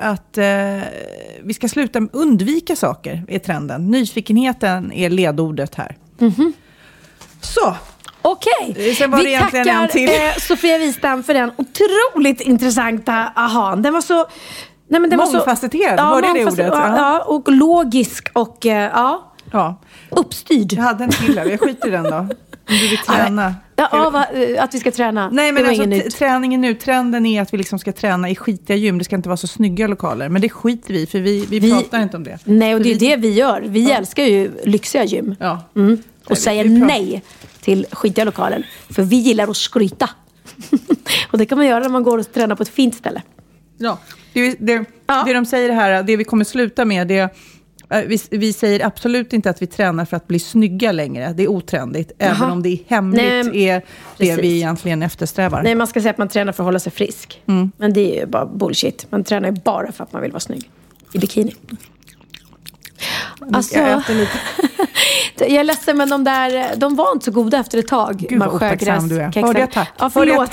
ska sluta undvika saker är trenden. Nyfikenheten är ledordet här. Så. Okej, vi tackar Sofia Wistam för den otroligt intressanta Den var så... Nej, men det mångfacetterad, var det ordet? Ja, och logisk och uppstyrd. Jag hade en till här, jag skiter i den då. Du vill träna. Att vi ska träna. Nej, men alltså träningen nu, trenden är att vi liksom ska träna i skitiga gym. Det ska inte vara så snygga lokaler. Men det skiter vi, för vi pratar inte om det. Nej, och det är det vi gör. Vi älskar ju lyxiga gym. Ja. Och säger nej till skitiga lokaler. För vi gillar att skryta. Och det kan man göra när man går och tränar på ett fint ställe. Ja, det de säger här, det vi kommer sluta med, det vi säger absolut inte att vi tränar för att bli snygga längre. Det är otrendigt. Även om det är hemligt är det vi egentligen eftersträvar. Nej, man ska säga att man tränar för att hålla sig frisk. Men det är ju bara bullshit. Man tränar ju bara för att man vill vara snygg. I bikini. Alltså, jag är ledsen, men de var inte så goda efter ett tag. Gud vad uppmärksam du är. Hörde jag tack? Ja, förlåt.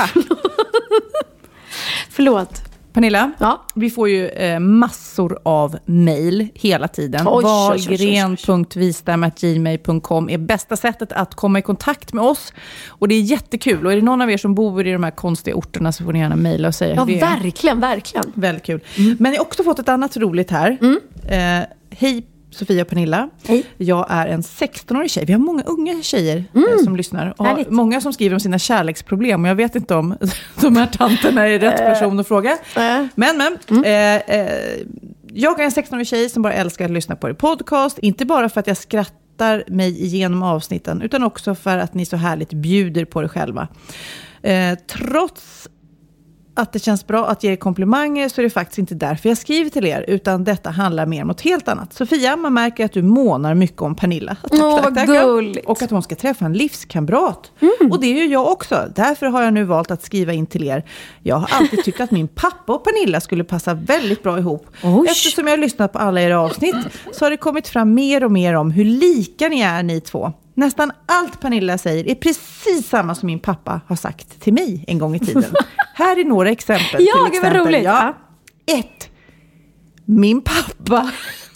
Förlåt. Pernilla, vi får ju massor av mejl hela tiden. Wahlgren.vistam@gmail.com är bästa sättet att komma i kontakt med oss. Och det är jättekul. Och är det någon av er som bor i de här konstiga orterna så får ni gärna mejla och säga hur det är. Ja, verkligen. Väldigt kul. Men jag har också fått ett annat roligt här. Hej Sofia och Pernilla. Hej. Jag är en 16-årig tjej. Vi har många unga tjejer som lyssnar. Och många som skriver om sina kärleksproblem. Och jag vet inte om de här tanterna är rätt person att fråga. Men jag är en 16-årig tjej som bara älskar att lyssna på er podcast. Inte bara för att jag skrattar mig igenom avsnitten, utan också för att ni så härligt bjuder på det själva. Trots att det känns bra att ge er komplimanger så är det faktiskt inte därför jag skriver till er, utan detta handlar mer om något helt annat. Sofia, man märker att du månar mycket om Pernilla. Tack. Och att hon ska träffa en livskamrat. Och det är ju jag också. Därför har jag nu valt att skriva in till er. Jag har alltid tyckt att min pappa och Pernilla skulle passa väldigt bra ihop. Eftersom jag har lyssnat på alla era avsnitt så har det kommit fram mer och mer om hur lika ni är, ni två. Nästan allt Pernilla säger är precis samma som min pappa har sagt till mig en gång i tiden. Här är några exempel. Ja, det var roligt. Ja. 1. Min pappa.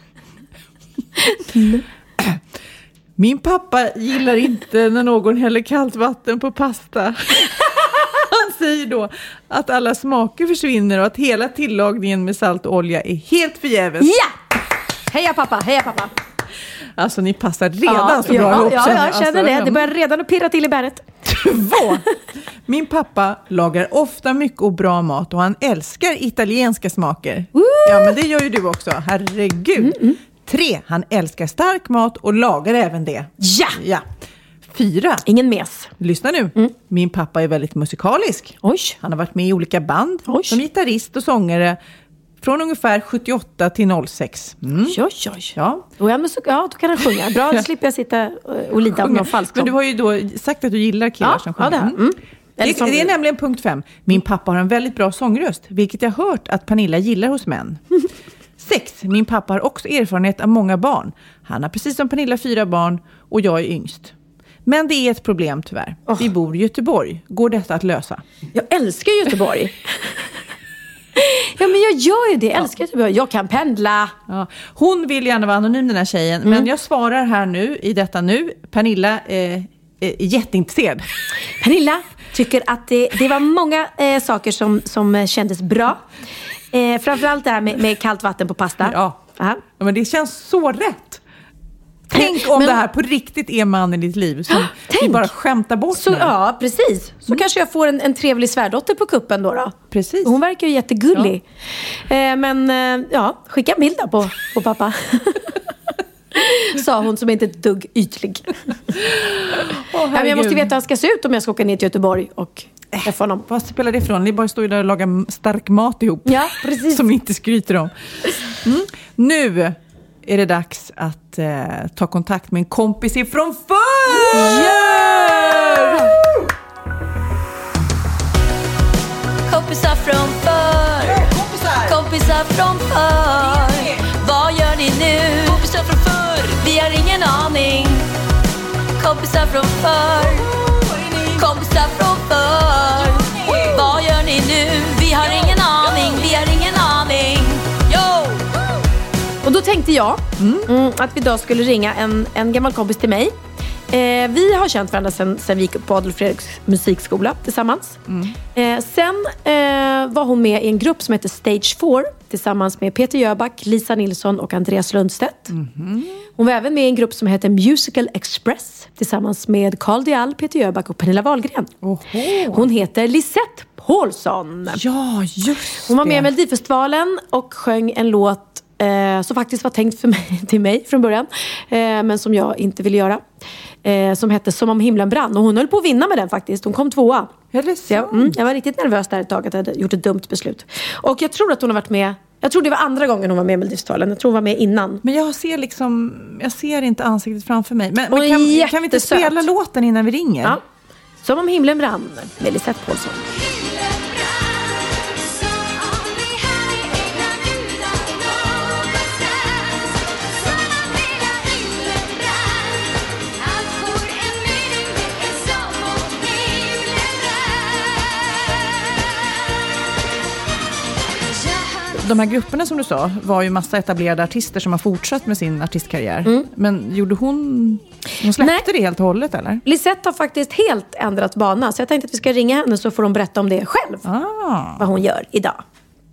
Min pappa gillar inte när någon häller kallt vatten på pasta. Han säger då att alla smaker försvinner och att hela tillagningen med salt och olja är helt förgäves. Ja! Heja pappa. Alltså ni passar redan så bra ihop. Ja, jag känner det. Det börjar redan att pirra till i bäret. 2. Min pappa lagar ofta mycket och bra mat och han älskar italienska smaker. Ja, men det gör ju du också. Herregud. 3. Han älskar stark mat och lagar även det. Ja. 4. Ingen mes. Lyssna nu. Min pappa är väldigt musikalisk. Han har varit med i olika band som gitarrist och sångare från ungefär 78 till 06. Ja. Då kan han sjunga. Bra, då slipper jag sitta och lida om någon falsk. Men du har ju då sagt att du gillar killar som sjunger. Det är nämligen punkt 5. Min pappa har en väldigt bra sångröst, vilket jag hört att Pernilla gillar hos män. 6. Min pappa har också erfarenhet av många barn. Han har precis som Pernilla 4 barn och jag är yngst. Men det är ett problem tyvärr. Vi bor i Göteborg. Går detta att lösa? Jag älskar Göteborg. Ja, men jag gör ju det. Jag älskar Göteborg. Jag kan pendla. Ja. Hon vill gärna vara anonym, den här tjejen. Men jag svarar här nu, i detta nu. Pernilla är jätteintresserad. Pernilla tycker att det var många saker som kändes bra. Framförallt det här med kallt vatten på pasta. Ja, men det känns så rätt. Tänk om det här på riktigt är man i ditt liv som vi bara skämtar bort så, ja, precis. Så kanske jag får en trevlig svärdotter på kuppen då. Precis. Hon verkar ju jättegullig. Men skicka en bild på pappa. Sa hon som inte är ett dugg ytlig. Men jag måste veta hur han ska se ut om jag ska åka ner till Göteborg och träffa honom. Vad spelar det från? Ni bara står där och lagar stark mat ihop. Ja, precis. Som ni inte skryter om. Nu är det dags att ta kontakt med en kompis ifrån förr! Yeah! Kompisar från förr. Kompisar från förr. Vad gör ni nu? Kompisar från förr. Vi har ingen aning. Kompisar från förr. Kompisar från förr. Vad gör ni nu? Vi har ingen aning. Vi har ingen aning. Yo! Och då tänkte jag att vi idag skulle ringa en gammal kompis till mig. Vi har känt varandra sen vi gick på Adolf Fredriks musikskola tillsammans. Sen var hon med i en grupp som heter Stage 4 tillsammans med Peter Jöback, Lisa Nilsson och Andreas Lundstedt. Hon var även med i en grupp som heter Musical Express tillsammans med Carl Dial, Peter Jöback och Pernilla Wahlgren. Hon heter Lisette Paulsson. Ja, just Hon var med i Melodifestivalen och sjöng en låt som faktiskt var tänkt till mig från början, men som jag inte ville göra. Som hette Som om himlen brann. Och hon höll på att vinna med den faktiskt. Hon kom 2:a. Jag var riktigt nervös där ett tag att jag hade gjort ett dumt beslut. Och jag tror att hon har varit med. Jag tror det var andra gången hon var med i Melodifestivalen. Jag tror hon var med innan. Men jag ser inte ansiktet framför mig. Men kan vi inte jättesöt. spela låten innan vi ringer? Ja. Som om himlen brann med Lisette Paulsson. De här grupperna som du sa var ju massa etablerade artister som har fortsatt med sin artistkarriär. Men gjorde hon släppte det helt och hållet eller? Lisette har faktiskt helt ändrat bana. Så jag tänkte att vi ska ringa henne så får hon berätta om det själv. Vad hon gör idag.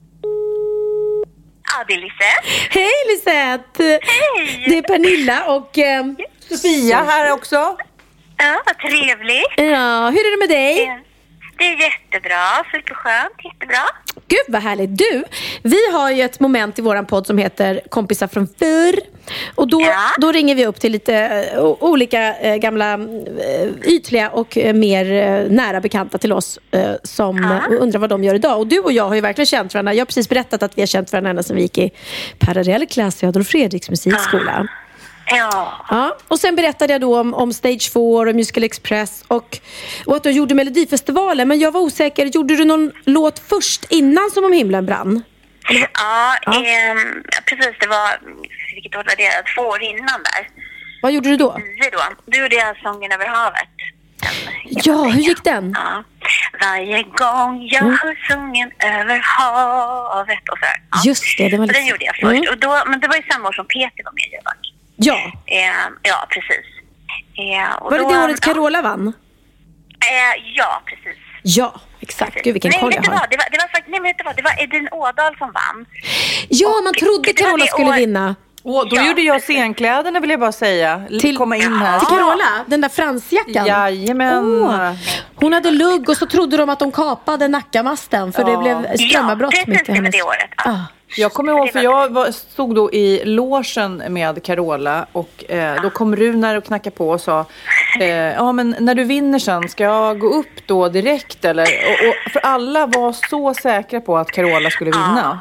Ja, det är Lisette. Hej Lisette! Hej! Det är Pernilla och Sofia här också. Ja, vad trevligt. Ja, hur är det med dig? Det är jättebra, superskönt, jättebra. Gud vad härligt. Du, vi har ju ett moment i våran podd som heter Kompisar från förr. Och då ringer vi upp till lite olika gamla ytliga och mer nära bekanta till oss som undrar vad de gör idag. Och du och jag har ju verkligen känt varandra. Jag har precis berättat att vi har känt varandra ända sedan vi gick i parallellklass i Adolf Fredriks musikskola. Ja. Och sen berättade jag då om Stage 4 och Musical Express och att du gjorde Melodifestivalen. Men jag var osäker, gjorde du någon låt först innan Som om himlen brann? Precis, det var, vilket år var det? 2 år innan där. Vad gjorde du då? Då gjorde jag Sången över havet. Ja, hur gick den? Ja. Varje gång jag hör sången över havet och så här. Ja. Just det, det var lite... Den gjorde jag först. Och men det var ju samma år som Peter var med i Jöback. Ja. Ja, precis. Och var det det året Carola vann? Ja, precis. Ja, exakt. Gud, vilken koll jag har. Det var Edin Ådahl som vann. Ja, man trodde Carola skulle vinna. Då gjorde jag scenkläderna vill jag bara säga. Till komma in här. Till Carola, den där fransjackan. Jajamän. Hon hade lugg och så trodde de att de kapade nackamasten. För det blev strömmarbrott mitt i hennes. Det året. Jag kommer ihåg för jag stod då i logen med Carola och då kom Runar och knackade på och sa men när du vinner sen ska jag gå upp då direkt eller? Och för alla var så säkra på att Carola skulle vinna.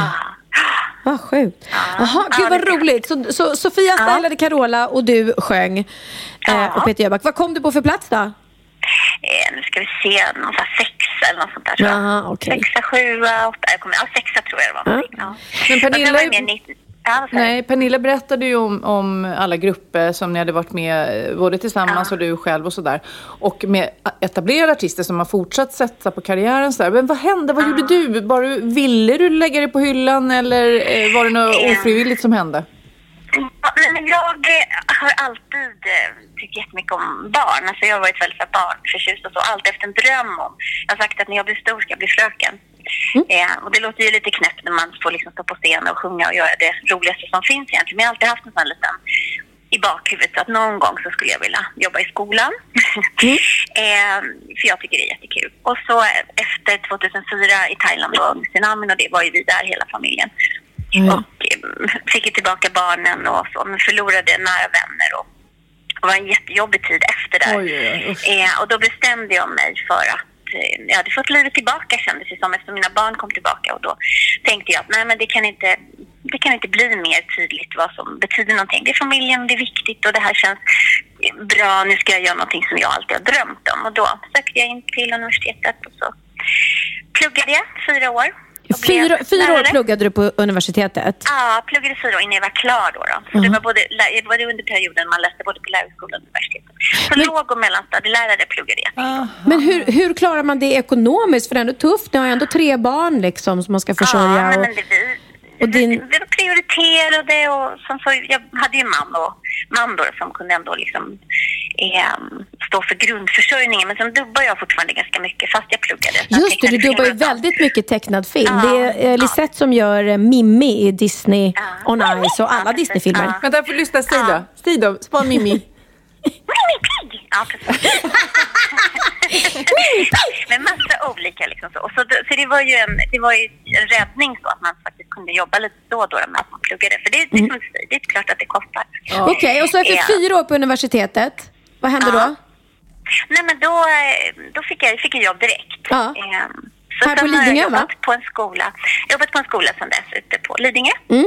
Vad sjukt. Jaha, gud vad roligt. Så Sofia stylade Carola och du sjöng och Peter Jöback. Vad kom du på för plats då? Nu ska vi se, någon sån här 6 eller något sånt där tror jag. Aha, okay. 6, 7, 8, 6 tror jag det var. Ja. Men Pernilla, Pernilla berättade ju om alla grupper som ni hade varit med både tillsammans och du själv och sådär. Och med etablerade artister som har fortsatt sätta på karriären så där. Men vad hände? Vad gjorde du? Ville du lägga det på hyllan eller var det något ofrivilligt som hände? Men jag har alltid tyckt jättemycket om barn. Alltså jag har varit väldigt barnförtjust och så. Alltid efter en dröm om. Jag har sagt att när jag blir stor ska jag bli fröken. Och det låter ju lite knäppt när man får liksom stå på scen och sjunga och göra det roligaste som finns egentligen. Men jag har alltid haft en sån liten i bakhuvudet att någon gång så skulle jag vilja jobba i skolan. För jag tycker det är jättekul. Och så efter 2004 i Thailand och tsunamin och det var ju vi där hela familjen. Och fick ju tillbaka barnen och så, men förlorade nära vänner och det var en jättejobbig tid efter där. Och då bestämde jag mig för att jag hade fått livet tillbaka kändes det som efter mina barn kom tillbaka och då tänkte jag att nej men det kan inte bli mer tydligt vad som betyder någonting. Det är familjen, det är viktigt och det här känns bra, nu ska jag göra någonting som jag alltid har drömt om och då sökte jag in till universitetet och så pluggade jag 4 år. 4 år pluggade du på universitetet? Ja, pluggade 4 år innan jag var klar då. Så det var det under perioden man läste både på lärarskolan och universitetet. Så låg- och mellanstadielärare pluggade jag. Men hur klarar man det ekonomiskt? För det är ändå tufft. Ni har ändå 3 barn liksom som man ska försörja. Vi prioriterade och sen så, jag hade ju man och man då, som kunde ändå liksom stå för grundförsörjningen. Men sen dubbar jag fortfarande ganska mycket fast jag pluggade. Just det, du dubbar ju väldigt mycket tecknad film. Det är Lisette som gör Mimmi i Disney on Ice och alla Disney-filmer. Men där får lyssna Stig då, spara Mimmi. Ja, precis. Med massa olika liksom så. Så det var ju en räddning så att man faktiskt kunde jobba lite då med att man pluggade. För det är klart att det kostar. Okej, och så efter 4 år på universitetet, vad hände då? Nej, men då fick jag jobb direkt. Ja. Så här på Lidingö, jag jobbat på en skola. Jag har jobbat på en skola sedan dess ute på Lidingö.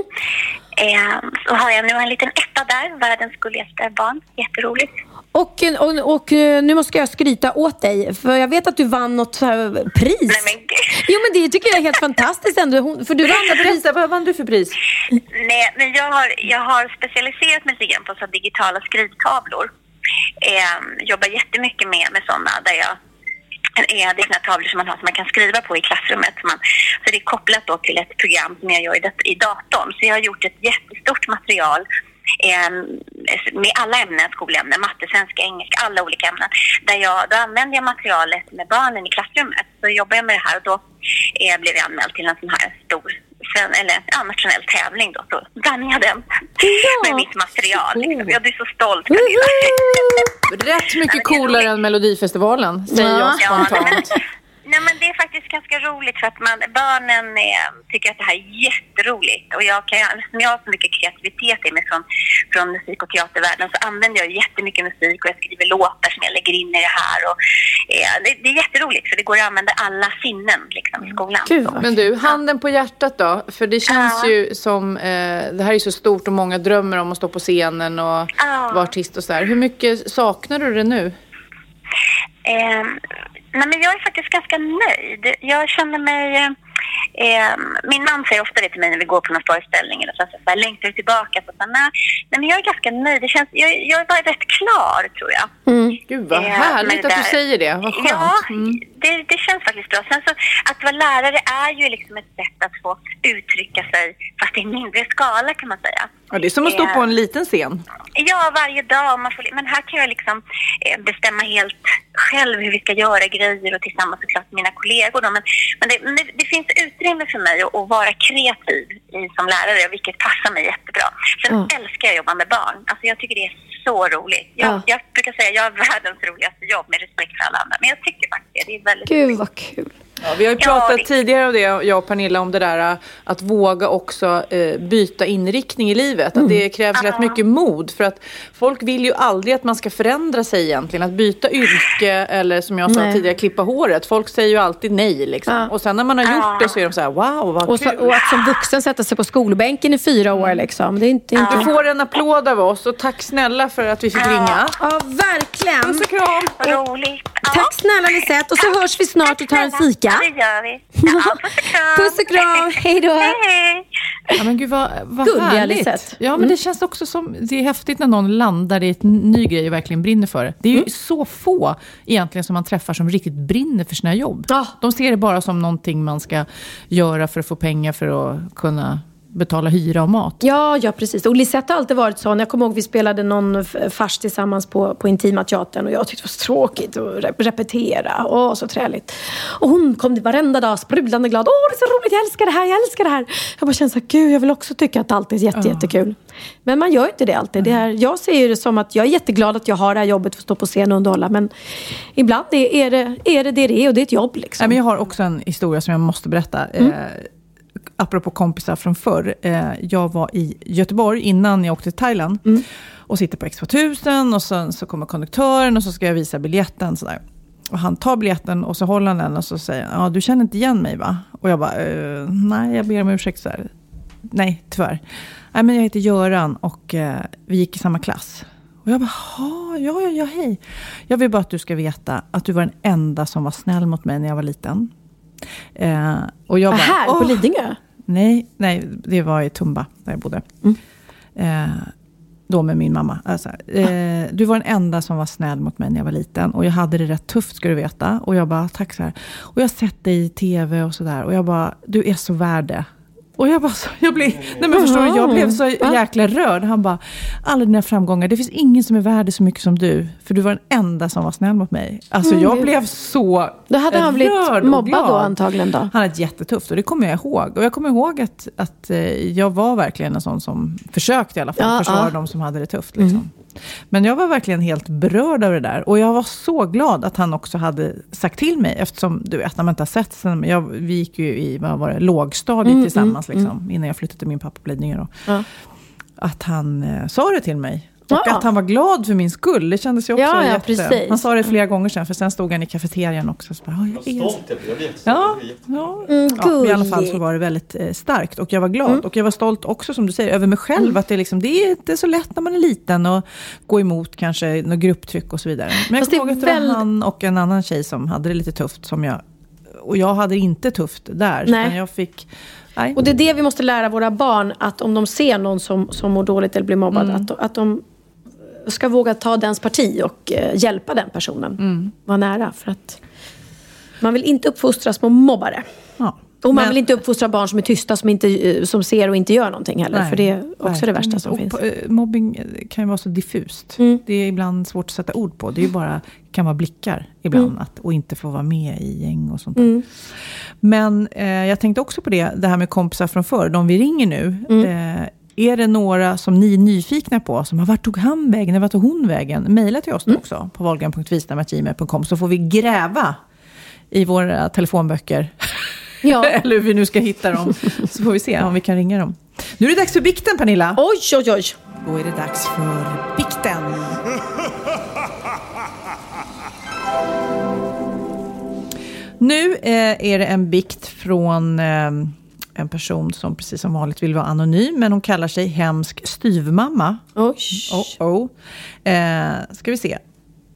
Så har jag nu en liten etta där, världens gulligaste barn. Jätteroligt. Och nu måste jag skryta åt dig, för jag vet att du vann något pris. Nej, men jo, men det tycker jag är helt fantastiskt ändå. För du vann pris. Vad vann du för pris? Nej, men jag har specialiserat mig igen på så digitala skrivtavlor. Jobbar jättemycket med sådana där det är såna tavlor som man har som man kan skriva på i klassrummet. Så det är kopplat då till ett program som jag gör i datorn. Så jag har gjort ett jättestort material med alla ämnen, skolämnen, matte, svenska, engelska, alla olika ämnen. Då använder jag materialet med barnen i klassrummet. Så jobbar jag med det här och då blev jag anmäld till en sån här stor nationell tävling då. Så vann jag den med mitt material. Liksom. Jag blir så stolt. Rätt mycket coolare än Melodifestivalen, säger jag spontant. Nej, men det är faktiskt ganska roligt för att barnen tycker att det här är jätteroligt. Och jag har så mycket kreativitet i mig från musik- och teatervärlden, så använder jag jättemycket musik och jag skriver låtar som jag lägger in i det här. Och, det är jätteroligt för det går att använda alla sinnen liksom, i skolan. Gud. Men du, handen på hjärtat då? För det känns ju som, det här är så stort och många drömmer om att stå på scenen och vara artist och sådär. Hur mycket saknar du det nu? Nej, men jag är faktiskt ganska nöjd. Jag känner mig... min man säger ofta det till mig när vi går på någon föreställning eller så här, längtar tillbaka. Så nej, men jag är ganska nöjd. Det känns, jag är bara rätt klar, tror jag. Gud, vad härligt att du säger det. Vad skönt. Ja, det känns faktiskt bra. Sen så, att vara lärare är ju liksom ett sätt att få uttrycka sig, fast i en mindre skala kan man säga. Ja, det är som att stå på en liten scen. Ja, varje dag. Men här kan jag liksom bestämma helt själv hur vi ska göra grejer och tillsammans såklart med mina kollegor. Då. Men det finns utrymme för mig att vara kreativ som lärare, vilket passar mig jättebra. Sen älskar jag att jobba med barn. Alltså jag tycker det är så roligt. Jag brukar säga att jag har världens roligaste jobb med respekt för alla andra. Men jag tycker faktiskt det är väldigt Gud, roligt. vad kul. Ja, vi har ju pratat tidigare om det, jag och Pernilla, om det där att våga också byta inriktning i livet. Att det krävs rätt mycket mod, för att folk vill ju aldrig att man ska förändra sig egentligen. Att byta yrke eller som jag sa tidigare, klippa håret. Folk säger ju alltid nej liksom. Och sen när man har gjort det så är de så här, wow, vad kul. Och att som vuxen sätta sig på skolbänken i 4 år liksom. Det är inte... Du får en applåd av oss och tack snälla för att vi fick ringa. Ja, verkligen. Puss och kram. Roligt. Tack snälla Lisette, och så hörs vi snart och tar en fika. Ja, det gör vi. Ja, puss och kram. Puss och kram. Hej då. Hej. Ja, men gud vad Gulliga härligt. Lisette. Ja, men det känns också som, det är häftigt när någon landar i ett ny grej och verkligen brinner för det. Det är ju så få egentligen som man träffar som riktigt brinner för sina jobb. De ser det bara som någonting man ska göra för att få pengar för att kunna betala hyra och mat. Ja, precis. Och Lisette har alltid varit sån. Jag kommer ihåg vi spelade någon fars tillsammans på Intima teatern och jag tyckte det var så tråkigt att repetera. Så träligt. Och hon kom varenda dag sprudlande glad. Det är så roligt, jag älskar det här. Jag bara kände så här, gud, jag vill också tycka att allt är jättekul. Men man gör inte det alltid. Jag ser det som att jag är jätteglad att jag har det här jobbet för att stå på scen och underhålla. Men ibland är det och det är ett jobb liksom. Ja, men jag har också en historia som jag måste berätta. Apropå kompisar från förr. Jag var i Göteborg innan jag åkte till Thailand. Och sitter på X2000 och sen så kommer konduktören och så ska jag visa biljetten sådär. Och han tar biljetten och så håller han den och så säger han, du känner inte igen mig va? Och jag bara, nej, jag ber om ursäkt så här. Nej, tyvärr. Nej, men jag heter Göran och vi gick i samma klass. Och jag bara, ja, hej. Jag vill bara att du ska veta att du var den enda som var snäll mot mig när jag var liten. Och jag bara, här på Lidingö? Nej, det var i Tumba där jag bodde. Då med min mamma. Alltså, du var den enda som var snäll mot mig när jag var liten. Och jag hade det rätt tufft, ska du veta. Och jag bara, tack så här. Och jag har sett dig i tv och sådär. Och jag bara, du är så värd det. Och jag blev så jäkla rörd. Han bara, alla dina framgångar, det finns ingen som är värd så mycket som du. För du var den enda som var snäll mot mig. Alltså jag blev så då hade han blivit mobbad då antagligen då? Han hade jättetufft och det kommer jag ihåg. Och jag kommer ihåg att jag var verkligen en sån som försökte i alla fall försvara de som hade det tufft liksom. Men jag var verkligen helt berörd av det där. Och jag var så glad att han också hade sagt till mig. Eftersom du vet, när man inte har sett sen. Vi gick ju i lågstadiet tillsammans liksom, innan jag flyttade till min pappa på Lidingö då. Att han sa det till mig. Och att han var glad för min skull. Det kändes ju också precis. Han sa det flera gånger sen. För sen stod han i kafeterian också. Så bara, i alla fall så var det väldigt starkt. Och jag var glad. Och jag var stolt också, som du säger, över mig själv. Att det är inte så lätt när man är liten. Och gå emot kanske något grupptryck och så vidare. Men jag kommer ihåg att det var han och en annan tjej som hade det lite tufft. Och jag hade inte tufft där. Nej. Jag fick... Nej. Och det är det vi måste lära våra barn. Att om de ser någon som mår dåligt eller blir mobbad. Att de ska våga ta dens parti och hjälpa den personen. Vara nära. För att man vill inte uppfostra små mobbare. Ja. Och man vill inte uppfostra barn som är tysta, som ser och inte gör någonting heller. Nej, för det är också det värsta som finns. Mobbing kan ju vara så diffust. Det är ibland svårt att sätta ord på. Det är ju kan vara blickar ibland. Och inte få vara med i gäng och sånt där. Men jag tänkte också på det här med kompisar från förr. De vi ringer nu. Är det några som ni är nyfikna på som vart tog han vägen, vart tog hon vägen? Maila till oss också på wahlgren.vistam@gmail.com så får vi gräva i våra telefonböcker. Ja. Eller hur vi nu ska hitta dem. Så får vi se om vi kan ringa dem. Nu är det dags för bikten, Pernilla. Oj. Då är det dags för bikten. Nu är det en bikt från... en person som precis som vanligt vill vara anonym. Men hon kallar sig hemsk styvmamma. Ska vi se.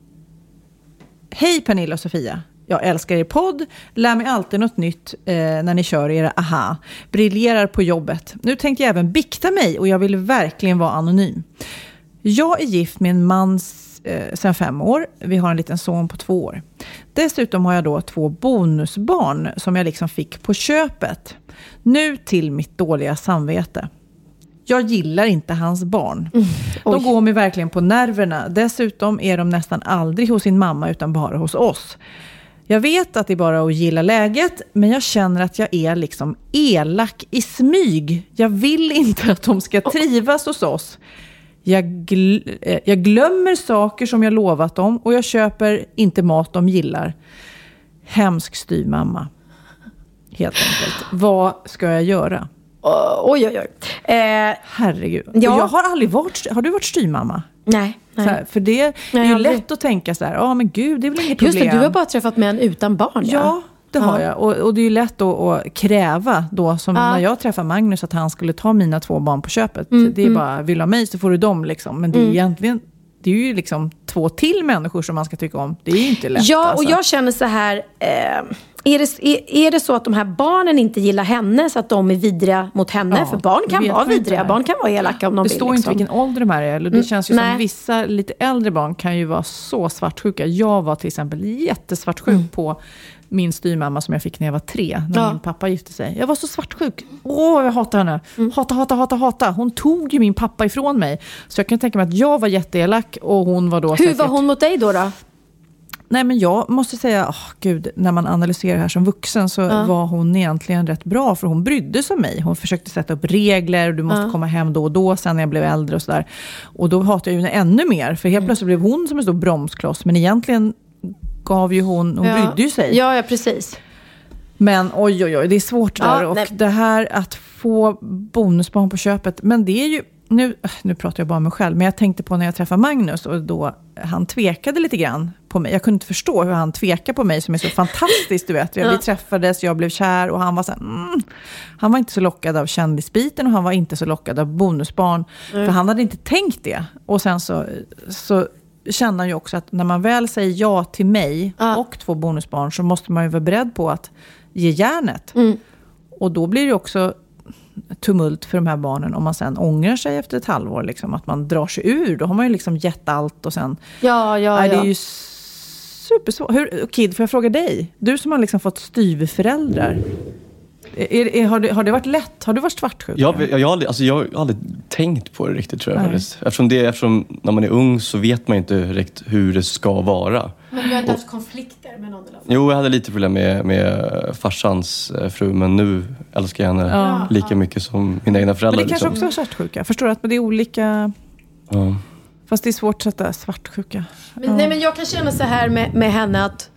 Hej Pernilla och Sofia. Jag älskar er podd. Lär mig alltid något nytt när ni kör era aha. Briljerar på jobbet. Nu tänkte jag även bikta mig och jag vill verkligen vara anonym. Jag är gift med en man sedan 5 år. Vi har en liten son på 2 år. Dessutom har jag då 2 bonusbarn som jag liksom fick på köpet. Nu till mitt dåliga samvete. Jag gillar inte hans barn. De går mig verkligen på nerverna. Dessutom är de nästan aldrig hos sin mamma utan bara hos oss. Jag vet att det är bara att gilla läget, men jag känner att jag är liksom elak i smyg. Jag vill inte att de ska trivas hos oss. Jag glömmer saker som jag lovat dem och jag köper inte mat de gillar. Hemsk styvmamma. Helt enkelt. Vad ska jag göra? Oj. Herregud. Ja. Jag har aldrig varit... Har du varit styvmamma? Nej. Här, för det är ju lätt att tänka så här, men gud, det är väl inget problem. Just det, du har bara träffat män utan barn. Ja, det har jag. Och det är ju lätt att kräva då, som när jag träffade Magnus, att han skulle ta mina 2 barn på köpet. Det är bara, vill ha mig så får du dem liksom. Men det är egentligen... Det är ju liksom 2 till människor som man ska tycka om. Det är ju inte lätt. Ja, och jag känner så här... Är det så att de här barnen inte gillar henne så att de är vidriga mot henne? Ja, för barn kan vara vidriga, barn kan vara elaka om de vill. Det står inte vilken ålder de här är. Det känns ju som vissa lite äldre barn kan ju vara så svartsjuka. Jag var till exempel jättesvartsjuk på min styrmamma som jag fick när jag var 3. När min pappa gifte sig. Jag var så svartsjuk. Jag hatar henne. Hata. Hon tog ju min pappa ifrån mig. Så jag kan tänka mig att jag var jätteelak och hon var då... Hur var hon mot dig då? Nej, men jag måste säga, när man analyserar det här som vuxen så var hon egentligen rätt bra, för hon brydde sig om mig. Hon försökte sätta upp regler, du måste komma hem då och då sen när jag blev äldre och sådär. Och då hatade jag ju ännu mer, för helt plötsligt blev hon som en stor bromskloss, men egentligen gav ju hon brydde ju sig. Ja, precis. Men oj, det är svårt där. Och det här att få bonusbarn på köpet, men det är ju... Nu pratar jag bara om mig själv, men jag tänkte på när jag träffade Magnus och då han tvekade lite grann på mig. Jag kunde inte förstå hur han tvekade på mig som är så fantastiskt, du vet. Vi träffades, jag blev kär och han var så här, han var inte så lockad av kändisbiten och han var inte så lockad av bonusbarn. För han hade inte tänkt det. Och sen så känner han ju också att när man väl säger ja till mig och 2 bonusbarn så måste man ju vara beredd på att ge järnet. Och då blir det också tumult för de här barnen om man sen ångrar sig efter ett halvår liksom, att man drar sig ur. Då har man ju liksom gett allt och sen... Ja. Det är ju supersvårt. Kid, får jag fråga dig? Du som har liksom fått styvföräldrar. Har det varit lätt? Har du varit svartsjuk? Jag har aldrig tänkt på det riktigt, tror jag faktiskt. Eftersom när man är ung så vet man inte riktigt hur det ska vara. Men du har inte haft konflikter med någon? Eller? Jo, jag hade lite problem med farsans fru, men nu älskar jag henne lika mycket som mina egna föräldrar. Men det kanske också är svartsjuka. Förstår du att det är olika... Ja. Fast det är svårt att sätta svartsjuka. Men jag kan känna så här med henne att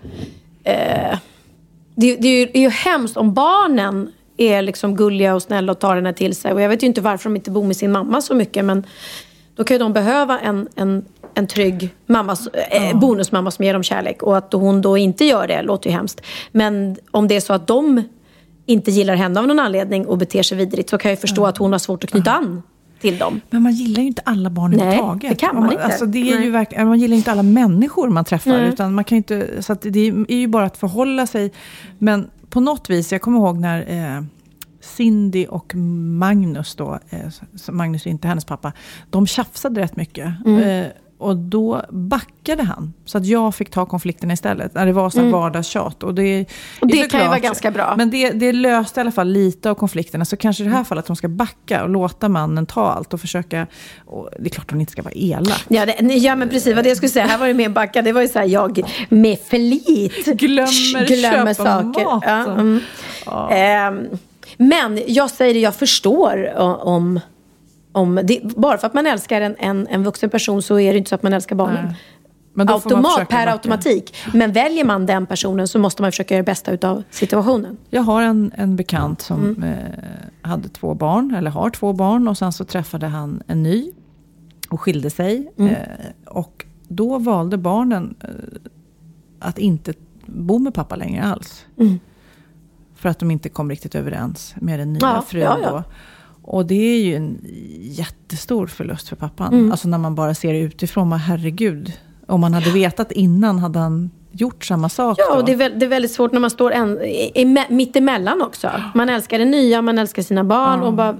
det är ju hemskt om barnen är liksom gulliga och snälla och tar henne till sig. Och jag vet ju inte varför de inte bor med sin mamma så mycket, men då kan ju de behöva en trygg bonusmamma som ger dem kärlek. Och att hon då inte gör det låter ju hemskt. Men om det är så att de inte gillar henne av någon anledning och beter sig vidrigt, så kan jag förstå att hon har svårt att knyta an till dem. Men man gillar ju inte alla barn överhuvudtaget. Det kan man inte. Alltså det är ju verkligen, man gillar inte alla människor man träffar. Utan man kan inte, så att det är ju bara att förhålla sig. Men på något vis, jag kommer ihåg när Cindy och Magnus då, Magnus är inte hennes pappa, de tjafsade rätt mycket. Och då backade han. Så att jag fick ta konflikterna istället. När det var så här vardagstjat. Och det kan ju vara ganska bra. Men det löste i alla fall lite av konflikterna. Så kanske i det här fallet att de ska backa och låta mannen ta allt. Och försöka... Och det är klart att hon inte ska vara elak. Ja, men precis vad det jag skulle säga. Här var det mer backa. Det var ju så här, jag med flit glömmer saker. Men jag säger det, jag förstår om det, bara för att man älskar en vuxen person så är det inte så att man älskar barnen. Men då per automatik. Men väljer man den personen så måste man försöka göra det bästa utav situationen. Jag har en bekant som hade 2 barn, eller har 2 barn, och sen så träffade han en ny och skilde sig. Och då valde barnen att inte bo med pappa längre alls. För att de inte kom riktigt överens med den nya frun då. Och det är ju en jättestor förlust för pappan. Alltså när man bara ser det utifrån, men herregud. Om man hade vetat innan hade han gjort samma sak då. Och det är väldigt svårt när man står mitt emellan också. Man älskar det nya, man älskar sina barn.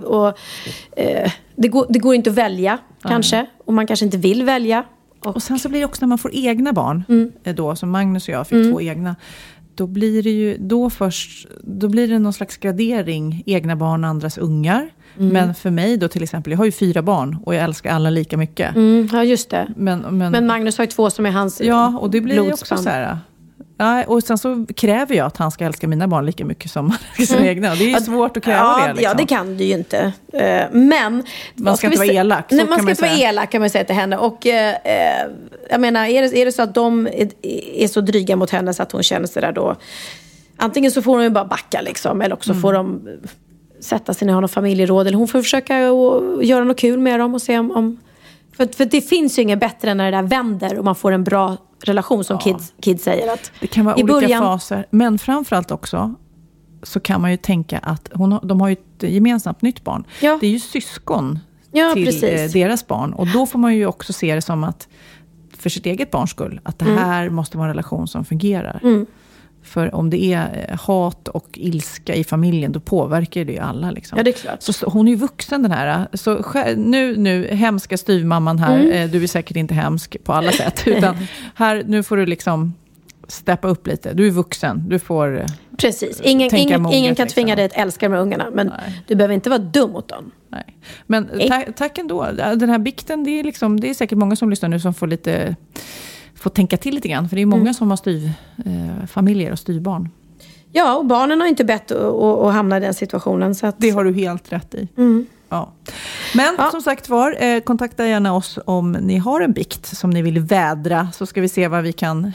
Det går inte att välja kanske. Och man kanske inte vill välja. Och sen så blir det också när man får egna barn. Då, som Magnus och jag fick 2 egna. Då blir det ju då blir det någon slags gradering, egna barn och andras ungar. Men för mig då till exempel, jag har ju 4 barn och jag älskar alla lika mycket. Ja, just det. Men Magnus har ju 2 som är hans blodsband. Ja, och det blir ju också så här. Ja, och sen så kräver jag att han ska älska mina barn lika mycket som sina egna. Och det är ju svårt att kräva det. Liksom. Ja, det kan du ju inte. Men man ska inte vara elak. Nej, man ska inte vara elak, kan man säga till henne. Och jag menar, är det så att de är så dryga mot henne så att hon känner sig där då. Antingen så får de ju bara backa liksom. Eller också får de sätta sig ner och ha någon familjeråd. Eller hon får försöka göra något kul med dem och se om för det finns ju inget bättre än när det där vänder och man får en bra relation som kids säger. Att det kan vara olika faser. Men framförallt också så kan man ju tänka att de har ju ett gemensamt nytt barn. Ja. Det är ju syskon till deras barn. Och då får man ju också se det som att för sitt eget barns skull att det här måste vara en relation som fungerar. För om det är hat och ilska i familjen, då påverkar det ju alla. Liksom. Ja, det är klart. Så hon är ju vuxen den här. Så nu hemska styvmamman här. Du är säkert inte hemsk på alla sätt. Utan här, nu får du liksom steppa upp lite. Du är vuxen. Du får precis. Ingen kan tvinga dig att älska de här ungarna. Men du behöver inte vara dum mot dem. Nej. Men tack ändå. Den här bikten, det är säkert många som lyssnar nu som får tänka till lite grann. För det är många som har familjer och styvbarn. Ja, och barnen har inte bett att hamna i den situationen. Så att... Det har du helt rätt i. Ja. Men som sagt var, kontakta gärna oss om ni har en bikt som ni vill vädra. Så ska vi se vad vi kan...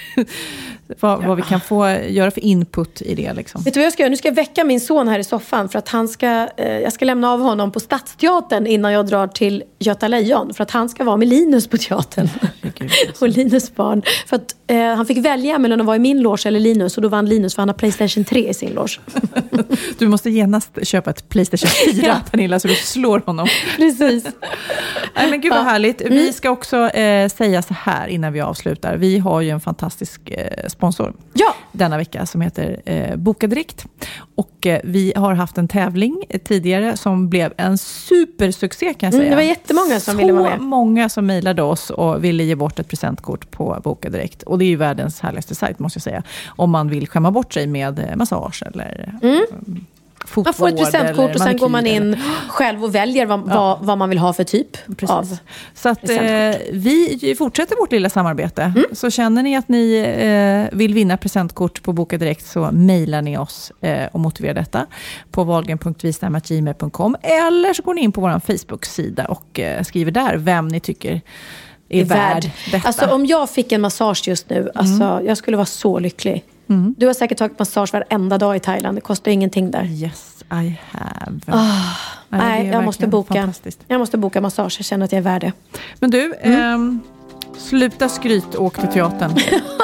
vad vi kan få göra för input i det liksom. Vet du vad jag ska göra? Nu ska jag väcka min son här i soffan för att jag ska lämna av honom på Stadsteatern innan jag drar till Göta Lejon för att han ska vara med Linus på teatern. Och Linus barn. För att han fick välja mellan att vara i min loge eller Linus och då vann Linus för han har PlayStation 3 i sin loge. Du måste genast köpa ett PlayStation 4 Pernilla så du slår honom. Precis. Nej, men gud vad härligt. Vi ska också säga så här innan vi avslutar. Vi har ju en fantastisk sponsor denna vecka som heter Boka Direkt. Och vi har haft en tävling tidigare som blev en supersuccé kan jag säga. Det var jättemånga som ville vara med. Så många som mejlade oss och ville ge bort ett presentkort på Boka Direkt. Och det är ju världens härligaste sajt måste jag säga. Om man vill skämma bort sig med massage eller fotvård. Man får ett presentkort och sen går man in själv och väljer vad man vill ha för typ av. Så att vi fortsätter vårt lilla samarbete. Så känner ni att ni vill vinna presentkort på Boka Direkt, så mejlar ni oss och motiverar detta på wahlgren.wistam@gmail.com, eller så går ni in på vår Facebook-sida och skriver där vem ni tycker är värd detta. Alltså om jag fick en massage just nu, alltså, jag skulle vara så lycklig. Du har säkert tagit massage varenda dag i Thailand. Det kostar ingenting där. Yes, I have. Nej, jag måste boka. Jag måste boka massage. Jag känner att jag är värd det. Men du, sluta skryt och åk till teatern.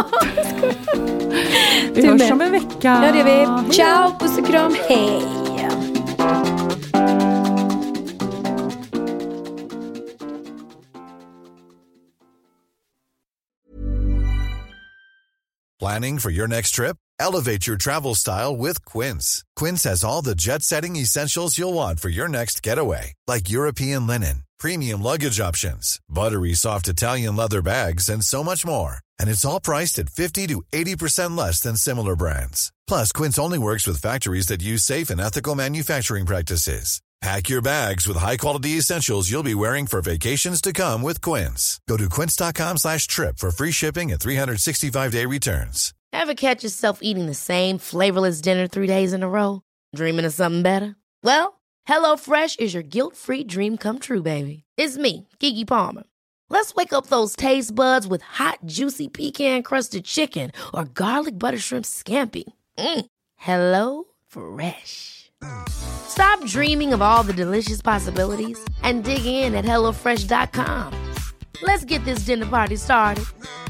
Vi hörs om en vecka. Ja, det är vi. Ciao, puss och kram. Hej. Planning for your next trip? Elevate your travel style with Quince. Quince has all the jet-setting essentials you'll want for your next getaway, like European linen, premium luggage options, buttery soft Italian leather bags, and so much more. And it's all priced at 50 to 80% less than similar brands. Plus, Quince only works with factories that use safe and ethical manufacturing practices. Pack your bags with high-quality essentials you'll be wearing for vacations to come with Quince. Go to quince.com/trip for free shipping and 365-day returns. Ever catch yourself eating the same flavorless dinner 3 days in a row? Dreaming of something better? Well, HelloFresh is your guilt-free dream come true, baby. It's me, Keke Palmer. Let's wake up those taste buds with hot, juicy pecan-crusted chicken or garlic butter shrimp scampi. Hello Fresh. Stop dreaming of all the delicious possibilities and dig in at HelloFresh.com. Let's get this dinner party started.